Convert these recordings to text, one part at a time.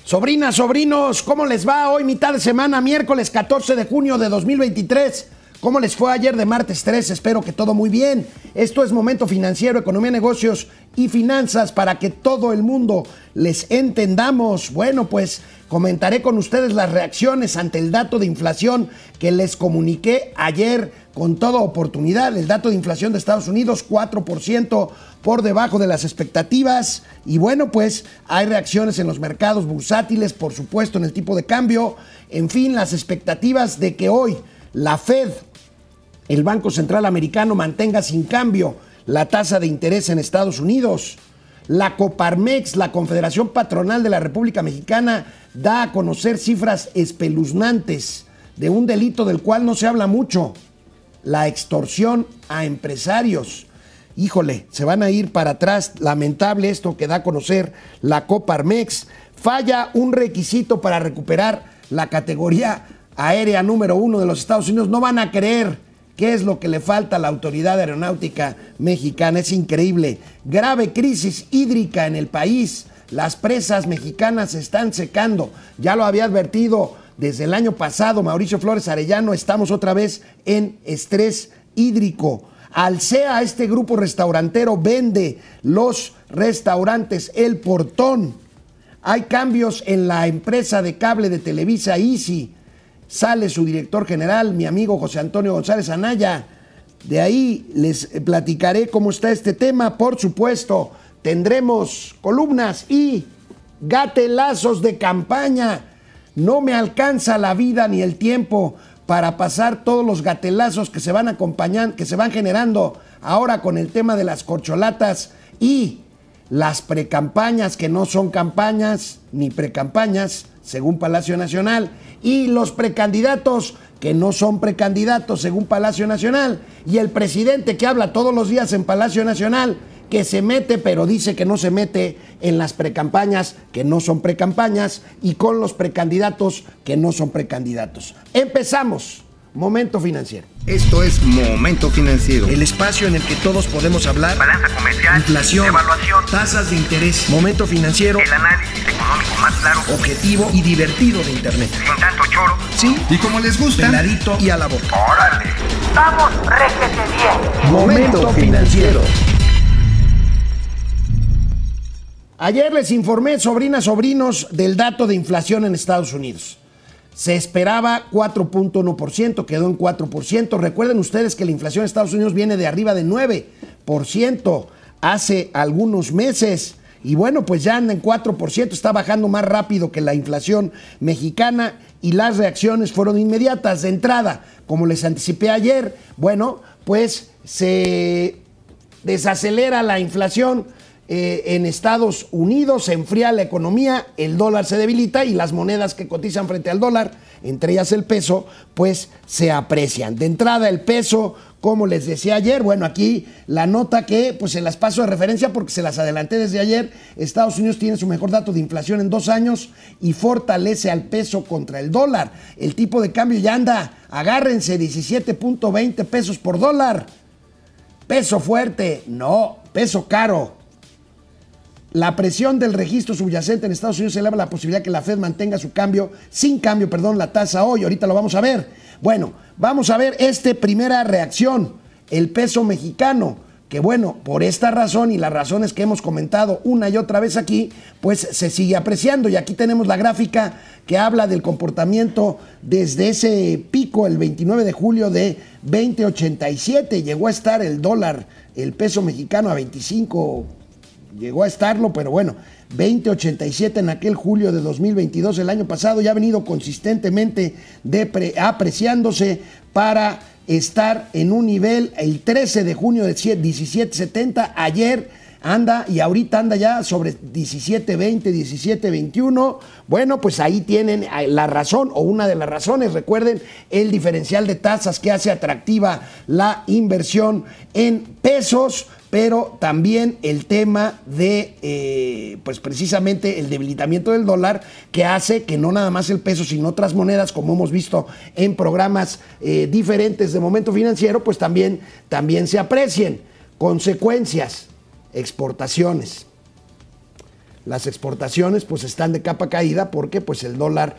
Sobrinas, sobrinos, ¿cómo les va? Hoy mitad de semana, miércoles 14 de junio de 2023. ¿Cómo les fue ayer de martes 3? Espero que todo muy bien. Esto es Momento Financiero, Economía, Negocios y Finanzas para que todo el mundo les entendamos. Bueno, pues comentaré con ustedes las reacciones ante el dato de inflación que les comuniqué ayer con toda oportunidad. El dato de inflación de Estados Unidos, 4% por debajo de las expectativas. Y bueno, pues hay reacciones en los mercados bursátiles, por supuesto en el tipo de cambio. En fin, las expectativas de que hoy la Fed, el Banco Central Americano, mantenga sin cambio la tasa de interés en Estados Unidos. La Coparmex, la Confederación Patronal de la República Mexicana, da a conocer cifras espeluznantes de un delito del cual no se habla mucho: la extorsión a empresarios. Híjole, se van a ir para atrás. Lamentable esto que da a conocer la Coparmex. Falla un requisito para recuperar la categoría aérea número 1 de los Estados Unidos. No van a creer qué es lo que le falta a la Autoridad Aeronáutica Mexicana. Es increíble. Grave crisis hídrica en el país. Las presas mexicanas se están secando. Ya lo había advertido desde el año pasado Mauricio Flores Arellano. Estamos otra vez en estrés hídrico. Alsea, este grupo restaurantero, vende los restaurantes El Portón. Hay cambios en la empresa de cable de Televisa, Izzi. Sale su director general, mi amigo José Antonio González Anaya. De ahí les platicaré cómo está este tema. Por supuesto, tendremos columnas y gatelazos de campaña. No me alcanza la vida ni el tiempo para pasar todos los gatelazos que se van acompañando, que se van generando ahora con el tema de las corcholatas y las precampañas, que no son campañas ni precampañas, según Palacio Nacional, y los precandidatos que no son precandidatos, según Palacio Nacional, y el presidente que habla todos los días en Palacio Nacional, que se mete, pero dice que no se mete en las precampañas, que no son precampañas, y con los precandidatos, que no son precandidatos. Empezamos. Momento Financiero. Esto es Momento Financiero. El espacio en el que todos podemos hablar. Balanza comercial, inflación, evaluación, tasas de interés. Momento Financiero. el análisis económico más claro, Objetivo y divertido de Internet. sin tanto choro. Sí, Y como les gusta, peladito y a la boca. ¡Órale! ¡Vamos, réjete bien! Momento Financiero. Ayer les informé, sobrinas, sobrinos, del dato de inflación en Estados Unidos. Se esperaba 4.1%, quedó en 4%. Recuerden ustedes que la inflación en Estados Unidos viene de arriba de 9% hace algunos meses. Y bueno, pues ya anda en 4%, está bajando más rápido que la inflación mexicana y las reacciones fueron inmediatas. De entrada, como les anticipé ayer, bueno, pues se desacelera la inflación en Estados Unidos, se enfría la economía, el dólar se debilita y las monedas que cotizan frente al dólar, entre ellas el peso, pues se aprecian. De entrada el peso, como les decía ayer, bueno, aquí la nota que pues se las paso de referencia porque se las adelanté desde ayer. Estados Unidos tiene su mejor dato de inflación en 2 años y fortalece al peso contra el dólar. El tipo de cambio ya anda, agárrense, 17.20 pesos por dólar. Peso fuerte, no, peso caro. La presión del registro subyacente en Estados Unidos eleva la posibilidad que la Fed mantenga la tasa hoy. Ahorita lo vamos a ver. Bueno, vamos a ver primera reacción, el peso mexicano, que bueno, por esta razón y las razones que hemos comentado una y otra vez aquí, pues se sigue apreciando. Y aquí tenemos la gráfica que habla del comportamiento desde ese pico, el 29 de julio de 2087. Llegó a estar el dólar, el peso mexicano a 25. Llegó a estarlo, pero bueno, 20.87 en aquel julio de 2022, el año pasado, ya ha venido consistentemente apreciándose para estar en un nivel el 13 de junio de 17.70, ayer anda y ahorita anda ya sobre 17.20, 17.21. Bueno, pues ahí tienen la razón o una de las razones. Recuerden el diferencial de tasas que hace atractiva la inversión en pesos, pero también el tema de, pues precisamente el debilitamiento del dólar, que hace que no nada más el peso, sino otras monedas, como hemos visto en programas diferentes de Momento Financiero, pues también se aprecien. Consecuencias: exportaciones. las exportaciones pues están de capa caída porque pues el dólar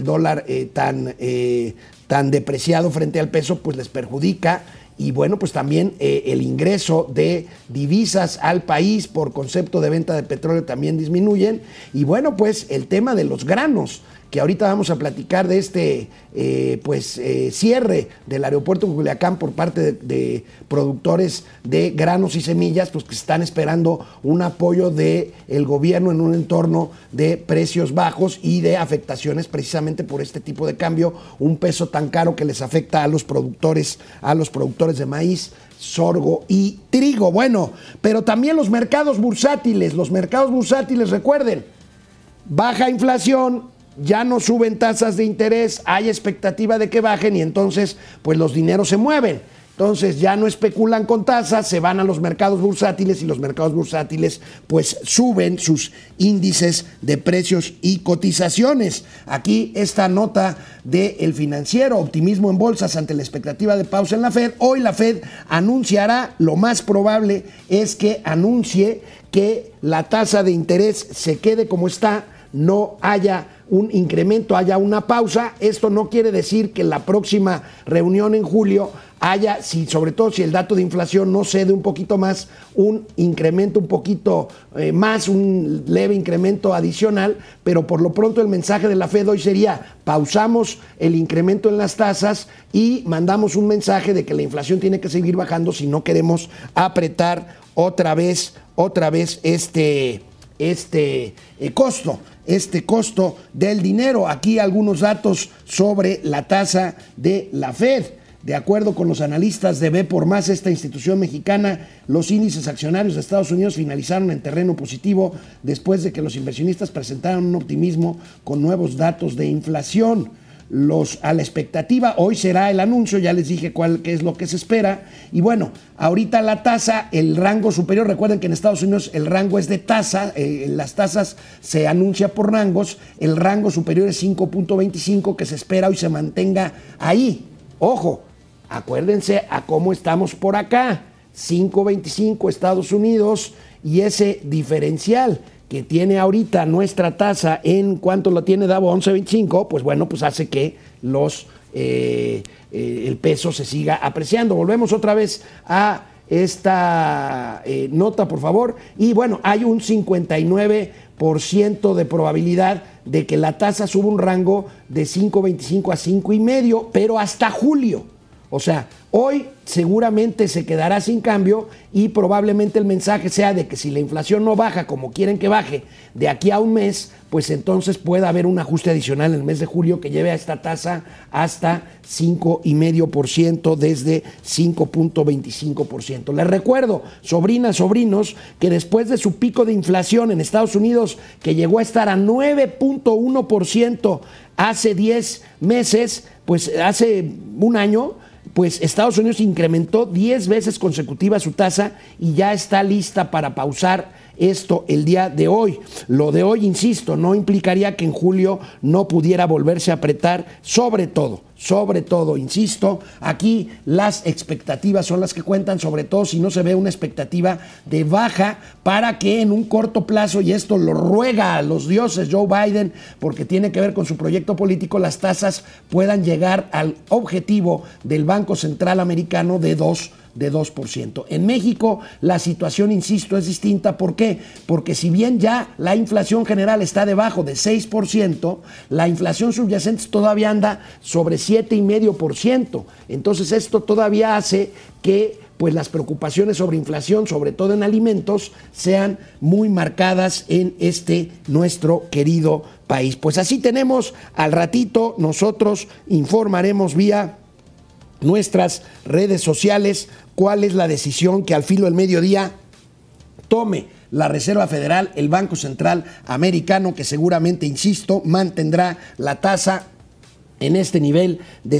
tan depreciado frente al peso pues les perjudica. Y bueno, pues también el ingreso de divisas al país por concepto de venta de petróleo también disminuyen. Y bueno, pues el tema de los granos, que ahorita vamos a platicar de este cierre del aeropuerto de Culiacán por parte de productores de granos y semillas, pues que están esperando un apoyo del gobierno en un entorno de precios bajos y de afectaciones precisamente por este tipo de cambio, un peso tan caro que les afecta a los productores de maíz, sorgo y trigo. Bueno, pero también los mercados bursátiles, recuerden, baja inflación, ya no suben tasas de interés, hay expectativa de que bajen y entonces pues los dineros se mueven. Entonces ya no especulan con tasas, se van a los mercados bursátiles y los mercados bursátiles pues suben sus índices de precios y cotizaciones. Aquí esta nota de El Financiero, optimismo en bolsas ante la expectativa de pausa en la Fed. Hoy la Fed anunciará, lo más probable es que anuncie que la tasa de interés se quede como está, no haya un incremento, haya una pausa. Esto no quiere decir que la próxima reunión en julio haya, sobre todo si el dato de inflación no cede un poquito más, un incremento un poquito más, un leve incremento adicional, pero por lo pronto el mensaje de la Fed hoy sería: pausamos el incremento en las tasas y mandamos un mensaje de que la inflación tiene que seguir bajando si no queremos apretar otra vez este costo del dinero. Aquí algunos datos sobre la tasa de la Fed. De acuerdo con los analistas de B por Más, esta institución mexicana, los índices accionarios de Estados Unidos finalizaron en terreno positivo después de que los inversionistas presentaron un optimismo con nuevos datos de inflación. A la expectativa, hoy será el anuncio, ya les dije qué es lo que se espera. Y bueno, ahorita la tasa, el rango superior, recuerden que en Estados Unidos el rango es de tasa, las tasas se anuncia por rangos, el rango superior es 5.25, que se espera hoy se mantenga ahí. Ojo, acuérdense a cómo estamos por acá, 5.25 Estados Unidos, y ese diferencial que tiene ahorita nuestra tasa en cuanto lo tiene Davo, 11.25, pues bueno, pues hace que el peso se siga apreciando. Volvemos otra vez a esta nota, por favor. Y bueno, hay un 59% de probabilidad de que la tasa suba un rango de 5.25 a 5.5, pero hasta julio. O sea, hoy seguramente se quedará sin cambio y probablemente el mensaje sea de que si la inflación no baja como quieren que baje de aquí a un mes, pues entonces pueda haber un ajuste adicional en el mes de julio que lleve a esta tasa hasta 5.5% desde 5.25%. Les recuerdo, sobrinas, sobrinos, que después de su pico de inflación en Estados Unidos, que llegó a estar a 9.1% hace 10 meses, pues hace un año, pues Estados Unidos incrementó 10 veces consecutivas su tasa y ya está lista para pausar esto el día de hoy. Lo de hoy, insisto, no implicaría que en julio no pudiera volverse a apretar, sobre todo, insisto, aquí las expectativas son las que cuentan, sobre todo si no se ve una expectativa de baja para que en un corto plazo, y esto lo ruega a los dioses Joe Biden, porque tiene que ver con su proyecto político, las tasas puedan llegar al objetivo del Banco Central Americano de 2%. En México la situación, insisto, es distinta. ¿Por qué? Porque si bien ya la inflación general está debajo de 6%, la inflación subyacente todavía anda sobre 7,5%. Entonces esto todavía hace que pues las preocupaciones sobre inflación, sobre todo en alimentos, sean muy marcadas en nuestro querido país. Pues así tenemos, al ratito nosotros informaremos vía nuestras redes sociales cuál es la decisión que al filo del mediodía tome la Reserva Federal, el Banco Central Americano, que seguramente, insisto, mantendrá la tasa en este nivel de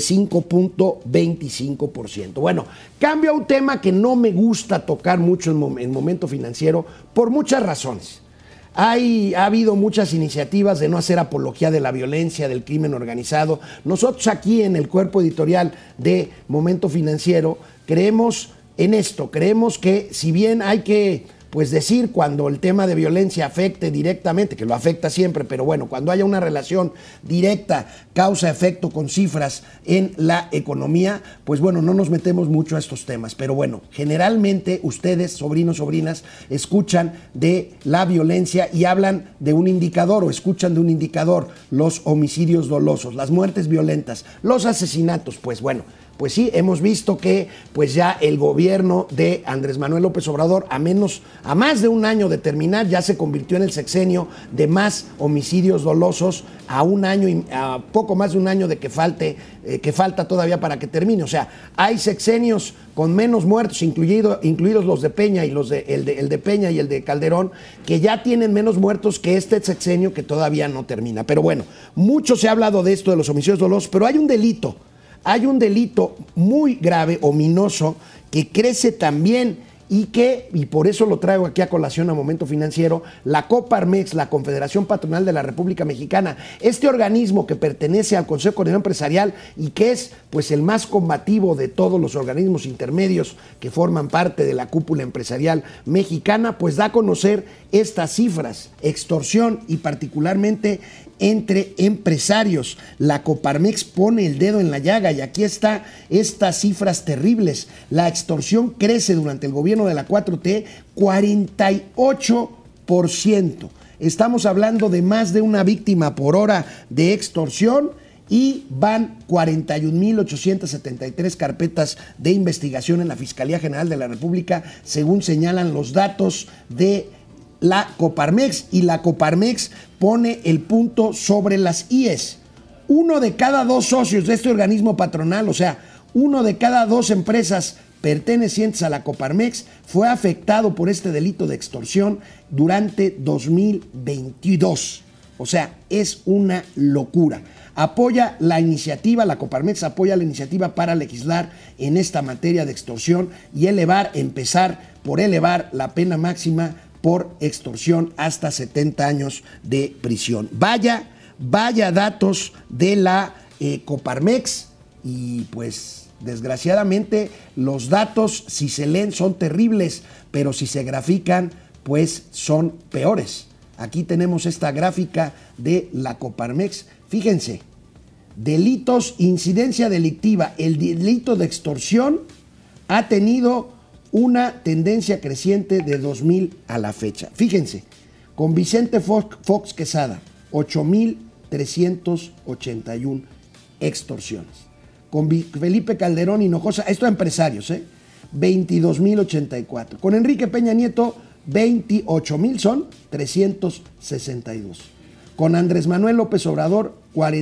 5.25%. Bueno, cambio a un tema que no me gusta tocar mucho en Momento Financiero por muchas razones. Ha habido muchas iniciativas de no hacer apología de la violencia, del crimen organizado. Nosotros aquí en el cuerpo editorial de Momento Financiero creemos en esto, creemos que si bien hay que pues decir cuando el tema de violencia afecte directamente, que lo afecta siempre, pero bueno, cuando haya una relación directa, causa-efecto con cifras en la economía, pues bueno, no nos metemos mucho a estos temas. Pero bueno, generalmente ustedes, sobrinos, sobrinas, escuchan de la violencia y hablan de un indicador o escuchan de un indicador, los homicidios dolosos, las muertes violentas, los asesinatos, pues bueno. Pues sí, hemos visto que pues ya el gobierno de Andrés Manuel López Obrador, a más de un año de terminar, ya se convirtió en el sexenio de más homicidios dolosos, a poco más de un año de que falta todavía para que termine. O sea, hay sexenios con menos muertos, incluidos los de Peña y el de Peña y el de Calderón, que ya tienen menos muertos que este sexenio que todavía no termina. Pero bueno, mucho se ha hablado de esto de los homicidios dolosos, pero hay un delito. Hay un delito muy grave, ominoso, que crece también y por eso lo traigo aquí a colación a Momento Financiero, la Coparmex, la Confederación Patronal de la República Mexicana, este organismo que pertenece al Consejo Coordinador Empresarial y que es pues el más combativo de todos los organismos intermedios que forman parte de la cúpula empresarial mexicana, pues da a conocer estas cifras, extorsión y particularmente entre empresarios. La Coparmex pone el dedo en la llaga y aquí está estas cifras terribles. La extorsión crece durante el gobierno de la 4T 48%. Estamos hablando de más de una víctima por hora de extorsión y van 41,873 carpetas de investigación en la Fiscalía General de la República, según señalan los datos de la Coparmex, y la Coparmex pone el punto sobre las IES. 1 de cada 2 socios de este organismo patronal, o sea, 1 de cada 2 empresas pertenecientes a la Coparmex fue afectado por este delito de extorsión durante 2022. O sea, es una locura. Apoya la iniciativa, la Coparmex apoya la iniciativa para legislar en esta materia de extorsión y empezar por elevar la pena máxima por extorsión hasta 70 años de prisión. Vaya datos de la Coparmex y pues desgraciadamente los datos si se leen son terribles, pero si se grafican pues son peores. Aquí tenemos esta gráfica de la Coparmex. Fíjense, delitos, incidencia delictiva, el delito de extorsión ha tenido una tendencia creciente de 2000 a la fecha. Fíjense, con Vicente Fox Quesada, 8,381 extorsiones. Con Felipe Calderón Hinojosa, esto a empresarios, 22,084. Con Enrique Peña Nieto, 28,000 son 362. Con Andrés Manuel López Obrador,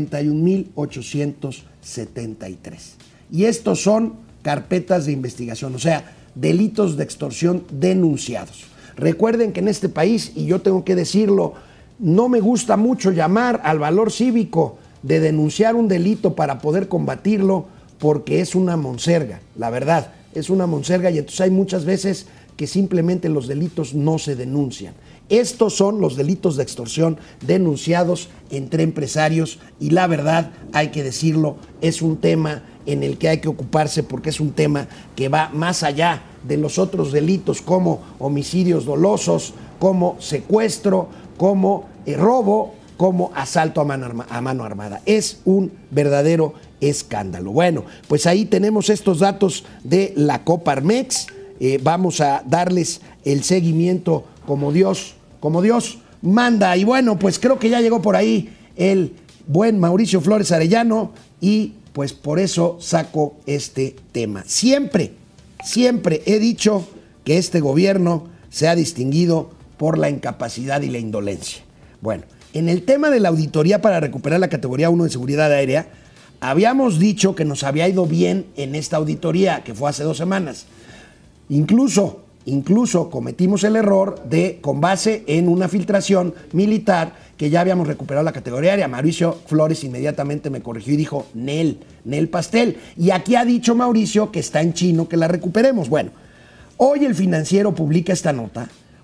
41,873. Y estos son carpetas de investigación, o sea, delitos de extorsión denunciados. Recuerden que en este país, y yo tengo que decirlo, no me gusta mucho llamar al valor cívico de denunciar un delito para poder combatirlo, porque es una monserga, la verdad, es una monserga, y entonces hay muchas veces que simplemente los delitos no se denuncian. Estos son los delitos de extorsión denunciados entre empresarios y la verdad, hay que decirlo, es un tema en el que hay que ocuparse porque es un tema que va más allá de los otros delitos como homicidios dolosos, como secuestro, como robo, como asalto a mano armada. Es un verdadero escándalo. Bueno, pues ahí tenemos estos datos de la Coparmex. Vamos a darles el seguimiento como Dios manda. Y bueno, pues creo que ya llegó por ahí el buen Mauricio Flores Arellano y pues por eso saco este tema. Siempre he dicho que este gobierno se ha distinguido por la incapacidad y la indolencia. Bueno, en el tema de la auditoría para recuperar la categoría 1 de seguridad aérea, habíamos dicho que nos había ido bien en esta auditoría, que fue hace 2 semanas. Incluso cometimos el error de, con base en una filtración militar, que ya habíamos recuperado la categoría aérea. Mauricio Flores inmediatamente me corrigió y dijo, Nel pastel. Y aquí ha dicho Mauricio que está en chino que la recuperemos. Bueno, hoy el Financiero publica esta nota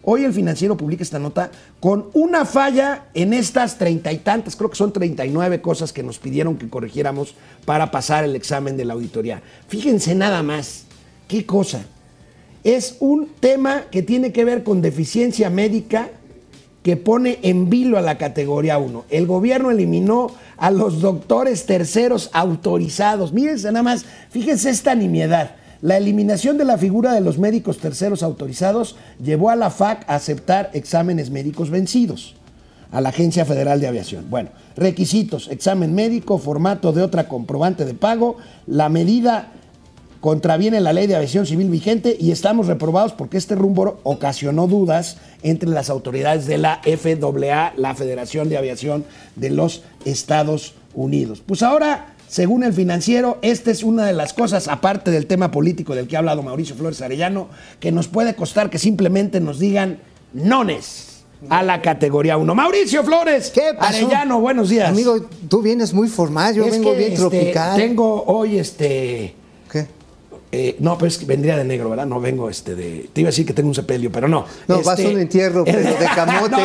con una falla en estas 30 y tantas, creo que son 39 cosas que nos pidieron que corrigiéramos para pasar el examen de la auditoría. Fíjense nada más, qué cosa. es un tema que tiene que ver con deficiencia médica que pone en vilo a la categoría 1. El gobierno eliminó a los doctores terceros autorizados. Mírense nada más, fíjense esta nimiedad. La eliminación de la figura de los médicos terceros autorizados llevó a la FAC a aceptar exámenes médicos vencidos, a la Agencia Federal de Aviación. Bueno, requisitos: examen médico, formato de otra comprobante de pago. La medida contraviene la ley de aviación civil vigente y estamos reprobados porque este rumbo ocasionó dudas entre las autoridades de la FAA, la Federación de Aviación de los Estados Unidos. Pues ahora, según el Financiero, esta es una de las cosas, aparte del tema político del que ha hablado Mauricio Flores Arellano, que nos puede costar que simplemente nos digan nones a la categoría 1. Mauricio Flores Arellano, buenos días. Amigo, tú vienes muy formal, yo vengo bien tropical. Tengo hoy ¿Qué? No, pero es que vendría de negro, ¿verdad? No vengo Te iba a decir que tengo un sepelio, pero no. No, vas a un entierro, pero de camote.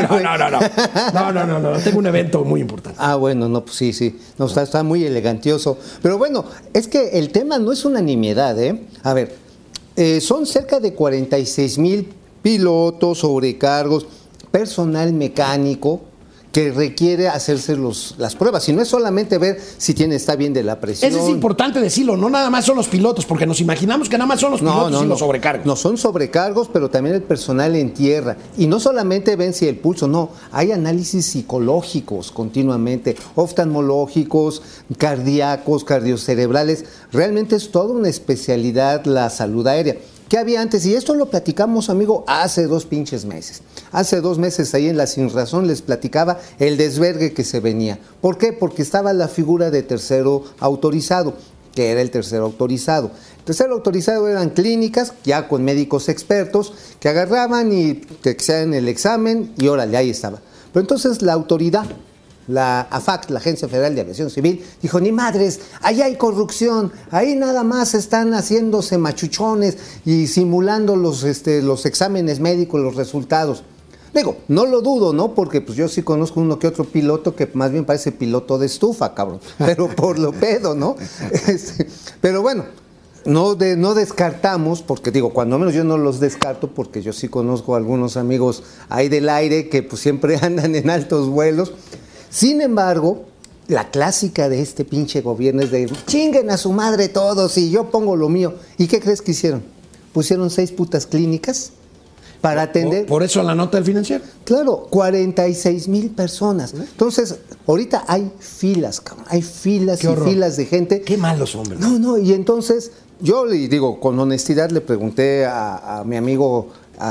No, tengo un evento muy importante. Ah, bueno, no, pues sí. No, está muy elegantioso. Pero bueno, es que el tema no es una nimiedad, ¿eh? A ver, son cerca de 46,000 pilotos, sobrecargos, personal mecánico que requiere hacerse las pruebas. Y no es solamente ver si está bien de la presión. Eso es importante decirlo, no nada más son los pilotos, porque nos imaginamos que nada más son los pilotos y los sobrecargos. No, son sobrecargos, pero también el personal en tierra. Y no solamente ven si el pulso, no, hay análisis psicológicos continuamente, oftalmológicos, cardíacos, cardiocerebrales. Realmente es toda una especialidad la salud aérea. ¿Qué había antes? Y esto lo platicamos, amigo, hace 2 pinches meses. Hace 2 meses ahí en La Sin Razón les platicaba el desvergue que se venía. ¿Por qué? Porque estaba la figura de tercero autorizado, que era el tercero autorizado. El tercero autorizado eran clínicas, ya con médicos expertos, que agarraban y te hacían el examen y órale, ahí estaba. Pero entonces la autoridad, la AFAC, la Agencia Federal de Aviación Civil, dijo: ni madres, ahí hay corrupción, ahí nada más están haciéndose machuchones y simulando los exámenes médicos, los resultados. Digo, no lo dudo, ¿no? Porque pues yo sí conozco uno que otro piloto que más bien parece piloto de estufa, cabrón, pero por lo pedo, ¿no? Pero bueno, no descartamos, porque digo, cuando menos yo no los descarto, porque yo sí conozco a algunos amigos ahí del aire que pues siempre andan en altos vuelos. Sin embargo, la clásica de este pinche gobierno es de chinguen a su madre todos y yo pongo lo mío. ¿Y qué crees que hicieron? Pusieron 6 putas clínicas para atender. Por eso la nota del Financiero. Claro, 46,000 personas. Entonces, ahorita hay filas, cabrón. Hay filas y filas de gente. Qué malos hombres. No, y entonces yo le digo, con honestidad le pregunté a mi amigo,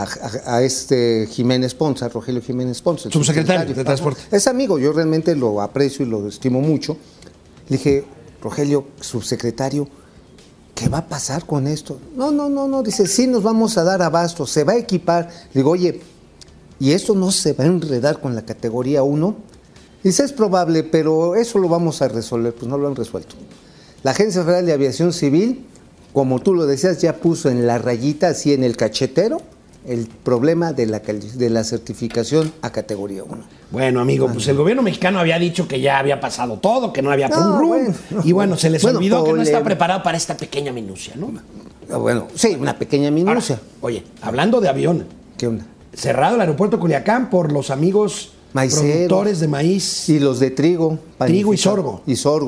a Jiménez Ponce, a Rogelio Jiménez Ponce, subsecretario de Transporte. Es amigo, yo realmente lo aprecio y lo estimo mucho. Le dije: Rogelio, subsecretario, ¿qué va a pasar con esto? No, dice: sí, nos vamos a dar abasto, se va a equipar. Le digo: oye, ¿y esto no se va a enredar con la categoría 1? Dice: es probable, pero eso lo vamos a resolver. Pues no lo han resuelto. La Agencia Federal de Aviación Civil, como tú lo decías, ya puso en la rayita, así en el cachetero, el problema de la certificación a categoría 1. Bueno, amigo, pues el gobierno mexicano había dicho que ya había pasado todo, que no había y bueno, se les olvidó que no está preparado para esta pequeña minucia, ¿no? Bueno, sí, una pequeña minucia. Ahora, oye, hablando de avión. ¿Qué onda? Cerrado el aeropuerto de Culiacán por los amigos productores de maíz. Y los de trigo. Trigo y sorgo.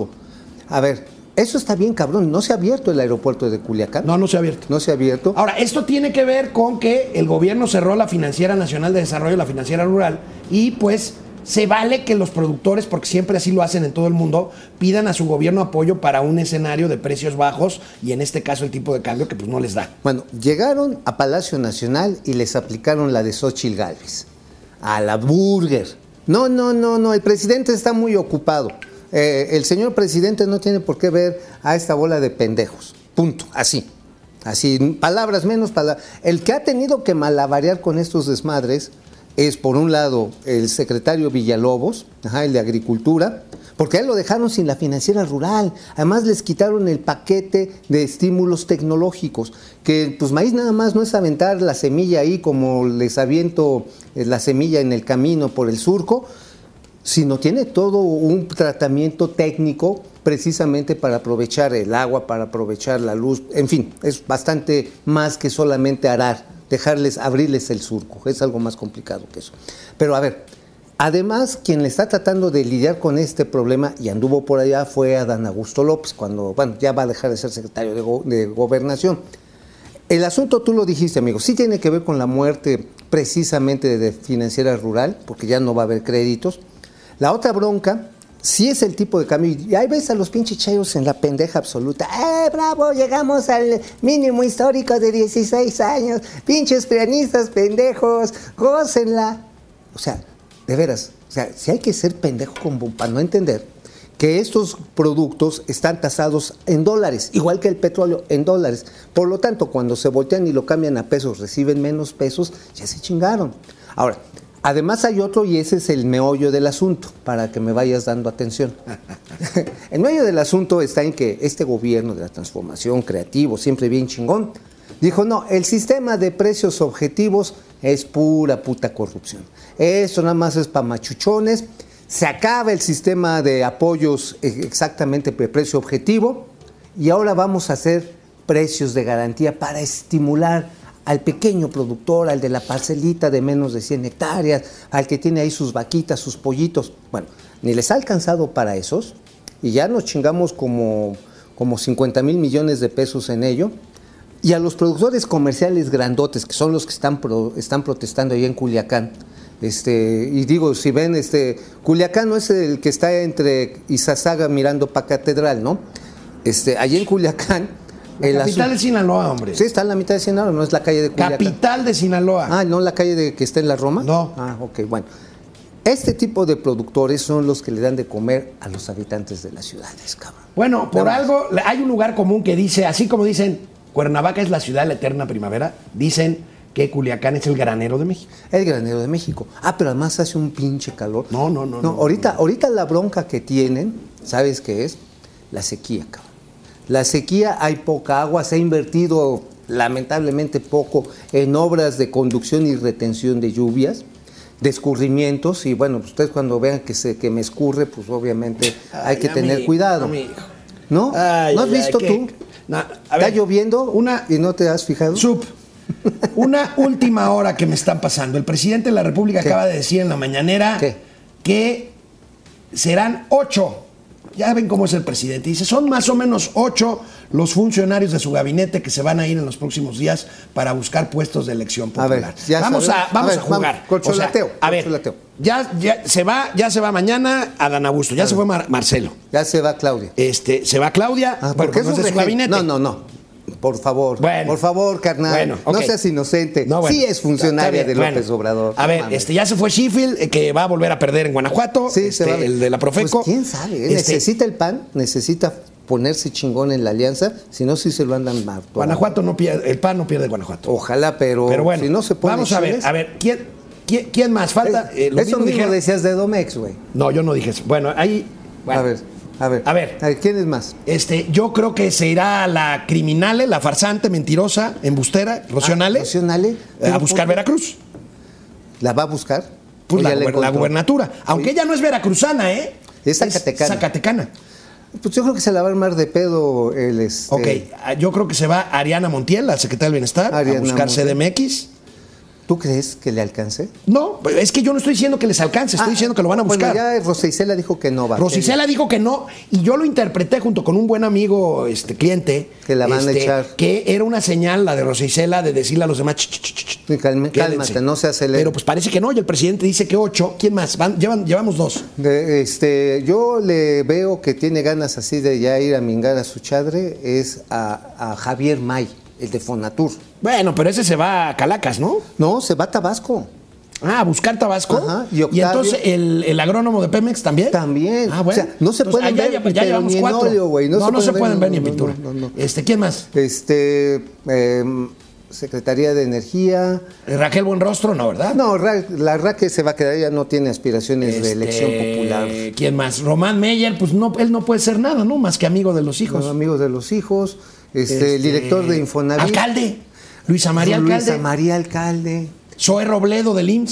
A ver, eso está bien, cabrón. ¿No se ha abierto el aeropuerto de Culiacán? No se ha abierto. No se ha abierto. Ahora, esto tiene que ver con que el gobierno cerró la Financiera Nacional de Desarrollo, la Financiera Rural, y pues se vale que los productores, porque siempre así lo hacen en todo el mundo, pidan a su gobierno apoyo para un escenario de precios bajos y en este caso el tipo de cambio que pues no les da. Bueno, llegaron a Palacio Nacional y les aplicaron la de Xóchitl Gálvez, a la burger. No, el presidente está muy ocupado. El señor presidente no tiene por qué ver a esta bola de pendejos. Punto. Así, palabras menos palabras. El que ha tenido que malabarear con estos desmadres es, por un lado, el secretario Villalobos, el de Agricultura, porque a él lo dejaron sin la Financiera Rural. Además, les quitaron el paquete de estímulos tecnológicos, que pues maíz nada más no es aventar la semilla ahí como les aviento la semilla en el camino por el surco. sino tiene todo un tratamiento técnico precisamente para aprovechar el agua, para aprovechar la luz, en fin, es bastante más que solamente arar, abrirles el surco, es algo más complicado que eso. Pero a ver, además quien le está tratando de lidiar con este problema y anduvo por allá fue Adán Augusto López, cuando, bueno, ya va a dejar de ser secretario de Gobernación. El asunto, tú lo dijiste, amigo, sí tiene que ver con la muerte precisamente de Financiera Rural, porque ya no va a haber créditos. La otra bronca, sí es el tipo de cambio, y ahí ves a los pinches chayos en la pendeja absoluta. Bravo! Llegamos al mínimo histórico de 16 años. Pinches pianistas pendejos, gócenla. O sea, de veras, o sea, si hay que ser pendejo como para no entender que estos productos están tasados en dólares, igual que el petróleo en dólares. Por lo tanto, cuando se voltean y lo cambian a pesos, reciben menos pesos, ya se chingaron. Ahora, además hay otro, y ese es el meollo del asunto, para que me vayas dando atención. El meollo del asunto está en que este gobierno de la transformación creativo, siempre bien chingón, dijo, no, el sistema de precios objetivos es pura puta corrupción. Esto nada más es para machuchones. Se acaba el sistema de apoyos exactamente de precio objetivo y ahora vamos a hacer precios de garantía para estimular al pequeño productor, al de la parcelita de menos de 100 hectáreas, al que tiene ahí sus vaquitas, sus pollitos. Bueno, ni les ha alcanzado para esos y ya nos chingamos como 50 mil millones de pesos en ello. Y a los productores comerciales grandotes, que son los que están protestando ahí en Culiacán, y digo, si ven, Culiacán no es el que está entre Izazaga mirando para Catedral, ¿no? Allí en Culiacán... La capital de Sinaloa, hombre. Sí, está en la mitad de Sinaloa, no es la calle de Culiacán. Capital de Sinaloa. Ah, ¿no la calle que está en la Roma? No. Ah, ok, bueno. Este tipo de productores son los que le dan de comer a los habitantes de las ciudades, cabrón. Bueno, por algo, hay un lugar común que dice, así como dicen, Cuernavaca es la ciudad de la eterna primavera, dicen que Culiacán es el granero de México. El granero de México. Ah, pero además hace un pinche calor. No. Ahorita la bronca que tienen, ¿sabes qué es? La sequía, cabrón. La sequía, hay poca agua, se ha invertido lamentablemente poco en obras de conducción y retención de lluvias, de escurrimientos, y bueno, ustedes cuando vean que me escurre, pues obviamente hay que tener cuidado. ¿No? ¿No has visto tú? ¿Está lloviendo y no te has fijado? Una última hora que me están pasando. El presidente de la República acaba de decir en la mañanera que serán 8. Ya ven cómo es el presidente. Dice, son más o menos 8 los funcionarios de su gabinete que se van a ir en los próximos días para buscar puestos de elección popular. A ver, vamos a jugar. Corcholateo. Ya se va mañana Adán Augusto. Ya se fue Marcelo. Ya se va Claudia. Se va Claudia. Porque es de su gabinete. No. Por favor, carnal, no seas inocente. Sí es funcionaria de López Obrador. A ver, ya se fue Sheffield, que va a volver a perder en Guanajuato. Sí, el de la Profeco. Pues quién sabe, necesita el PAN, necesita ponerse chingón en la alianza, si no, sí se lo andan mal. Guanajuato no pierde, el PAN no pierde Guanajuato. Ojalá, pero bueno, si no se pone vamos a ver, ¿quién más falta? Eso mismo decías de Domex, güey. No, yo no dije eso. Bueno, ahí... Bueno. A ver, ¿quién es más? Yo creo que se irá la criminale, la farsante, mentirosa, embustera, Rocío Nale, a buscar Veracruz. ¿La va a buscar? Pues la gubernatura. Aunque ella no es veracruzana, ¿eh? Es zacatecana. Pues yo creo que se la va a armar de pedo Ok, yo creo que se va Ariana Montiel, la secretaria del Bienestar, a buscar CDMX. ¿Tú crees que le alcance? No, es que yo no estoy diciendo que les alcance, estoy diciendo que lo van a buscar. Bueno, ya Rosa Isela dijo que no va. Rosa Isela dijo que no, y yo lo interpreté junto con un buen amigo, cliente. Que la van a echar. Que era una señal, la de Rosa Isela, de decirle a los demás, cálmate, no se acelere. Pero pues parece que no, y el presidente dice que 8. ¿Quién más? Llevamos 2. Yo le veo que tiene ganas así de ya ir a mingar a su chadre, es a Javier May, el de Fonatur. Bueno, pero ese se va a Calacas, ¿no? No, se va a Tabasco. A buscar Tabasco. Ajá, y entonces el agrónomo de Pemex también. También. Ah, bueno. O sea, no se pueden ver ya llevamos 4. Óleo, güey. No se pueden ver ni en pintura. No. ¿Quién más? Secretaría de Energía. Raquel Buenrostro, no, ¿verdad? No, la Raquel se va a quedar, ella no tiene aspiraciones de elección popular. ¿Quién más? Román Meyer, pues no, él no puede ser nada, ¿no? Más que amigo de los hijos. No, amigo de los hijos. El director de Infonavit. Alcalde. Luisa María Alcalde. Luisa María Alcalde. Zoe Robledo del IMSS.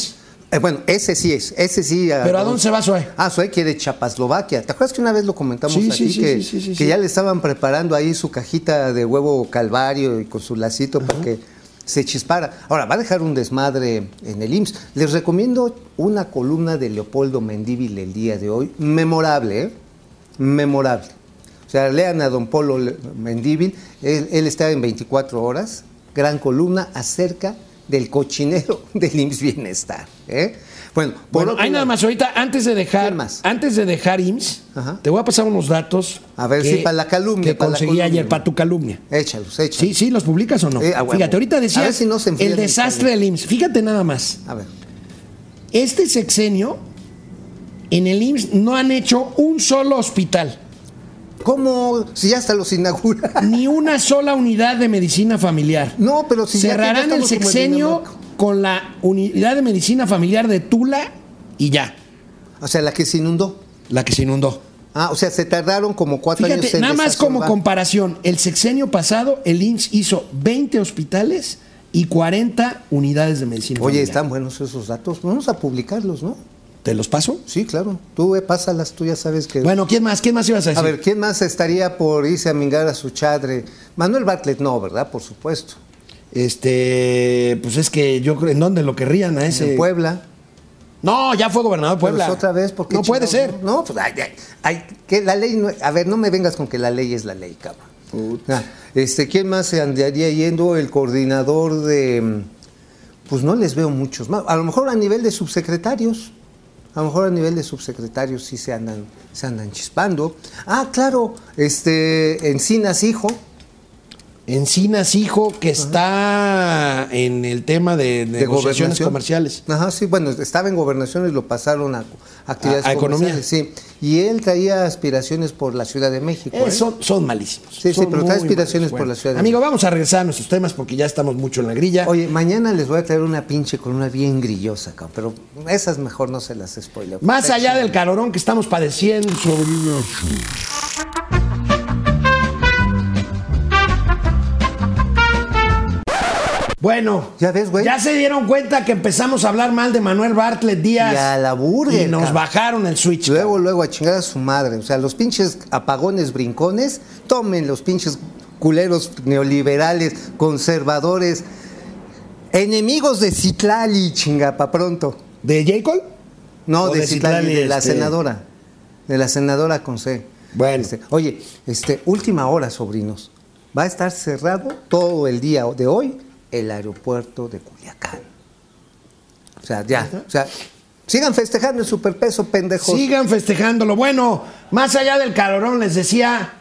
Bueno, ese sí es, ese sí. ¿Pero a dónde se va Zoe? Zoe quiere Checoslovaquia. ¿Te acuerdas que una vez lo comentamos Sí, aquí? sí, que sí, que ya le estaban preparando ahí su cajita de huevo calvario y con su lacito para que se chispara. Ahora, va a dejar un desmadre en el IMSS. Les recomiendo una columna de Leopoldo Mendívil el día de hoy. Memorable, ¿eh? Memorable. O sea, lean a don Polo Mendívil. Él está en 24 horas. Gran columna acerca del cochinero del IMSS Bienestar. Bueno, hay nada más ahorita, antes de dejar IMSS, Ajá. te voy a pasar unos datos. A ver si para la calumnia. Que conseguí ayer para tu calumnia. Échalos. Sí, ¿los publicas o no? Fíjate, ahorita A ver decías si no se enfría el desastre del IMSS. Fíjate nada más. A ver. Este sexenio, en el IMSS no han hecho un solo hospital. ¿Cómo? Si ya hasta los inaugura. Ni una sola unidad de medicina familiar. No, pero si cerrarán ya el sexenio con la unidad de medicina familiar de Tula y ya. O sea, la que se inundó. La que se inundó. O sea, se tardaron como 4 años en Fíjate, nada más como desasolvar. comparación, el sexenio pasado el IMSS hizo 20 hospitales y 40 unidades de medicina Oye, familiar. están buenos esos datos. Vamos a publicarlos, ¿no? ¿Te los paso? Sí, claro. Tú pásalas, tú ya sabes que... Bueno, ¿quién más ibas a decir? A ver, ¿quién más estaría por irse a mingar a su chadre? Manuel Bartlett no, ¿verdad? Por supuesto. Pues es que yo creo, ¿en dónde lo querrían a ese? En Puebla. No, ya fue gobernador de Puebla. Pues otra vez, porque no puede ser. No, pues que la ley no, a ver, no me vengas con que la ley es la ley, cabrón. ¿Quién más se andaría yendo? El coordinador de, pues no les veo muchos más. A lo mejor a nivel de subsecretarios. Sí se andan chispando. Claro, Encinas Hijo. Encinas Hijo, que está en el tema de negociaciones comerciales. Ajá, sí, bueno, estaba en gobernación y lo pasaron a actividades a economía. Sí. Y él traía aspiraciones por la Ciudad de México. Son malísimos. Sí, son pero trae aspiraciones por la Ciudad de México. Amigo, vamos a regresar a nuestros temas porque ya estamos mucho en la grilla. Oye, mañana les voy a traer una pinche columna bien grillosa, cabrón, pero esas mejor no se las spoileo. Más allá del calorón que estamos padeciendo. Bueno, ¿ya ves, güey? Ya se dieron cuenta que empezamos a hablar mal de Manuel Bartlett Díaz. Y a la burger, y nos cabrón. Bajaron el switch. Luego a chingar a su madre. O sea, los pinches apagones brincones, tomen los pinches culeros neoliberales, conservadores, enemigos de Citlali, chinga, pa' pronto. ¿De J. Cole? No, de Citlali, de la senadora. De la senadora con C. Bueno. Oye, última hora, sobrinos. Va a estar cerrado todo el día de hoy el aeropuerto de Culiacán. O sea, ya. O sea, sigan festejando el superpeso, pendejos. Sigan festejándolo. Bueno, más allá del calorón, les decía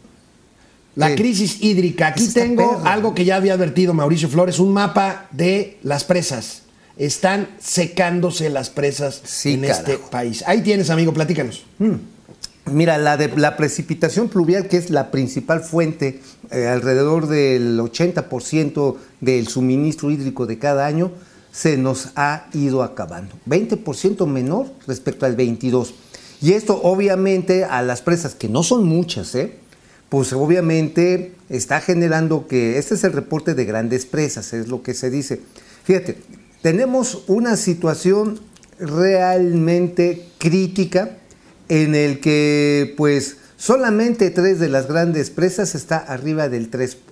la crisis hídrica. Aquí tengo algo que ya había advertido Mauricio Flores, un mapa de las presas. Están secándose las presas en este país. Ahí tienes, amigo, platícanos. Mira, la precipitación pluvial, que es la principal fuente, alrededor del 80% del suministro hídrico de cada año, se nos ha ido acabando. 20% menor respecto al 22%. Y esto, obviamente, a las presas, que no son muchas, pues obviamente está generando que, este es el reporte de grandes presas, es lo que se dice. Fíjate, tenemos una situación realmente crítica, en el que pues solamente 3 de las grandes presas está arriba del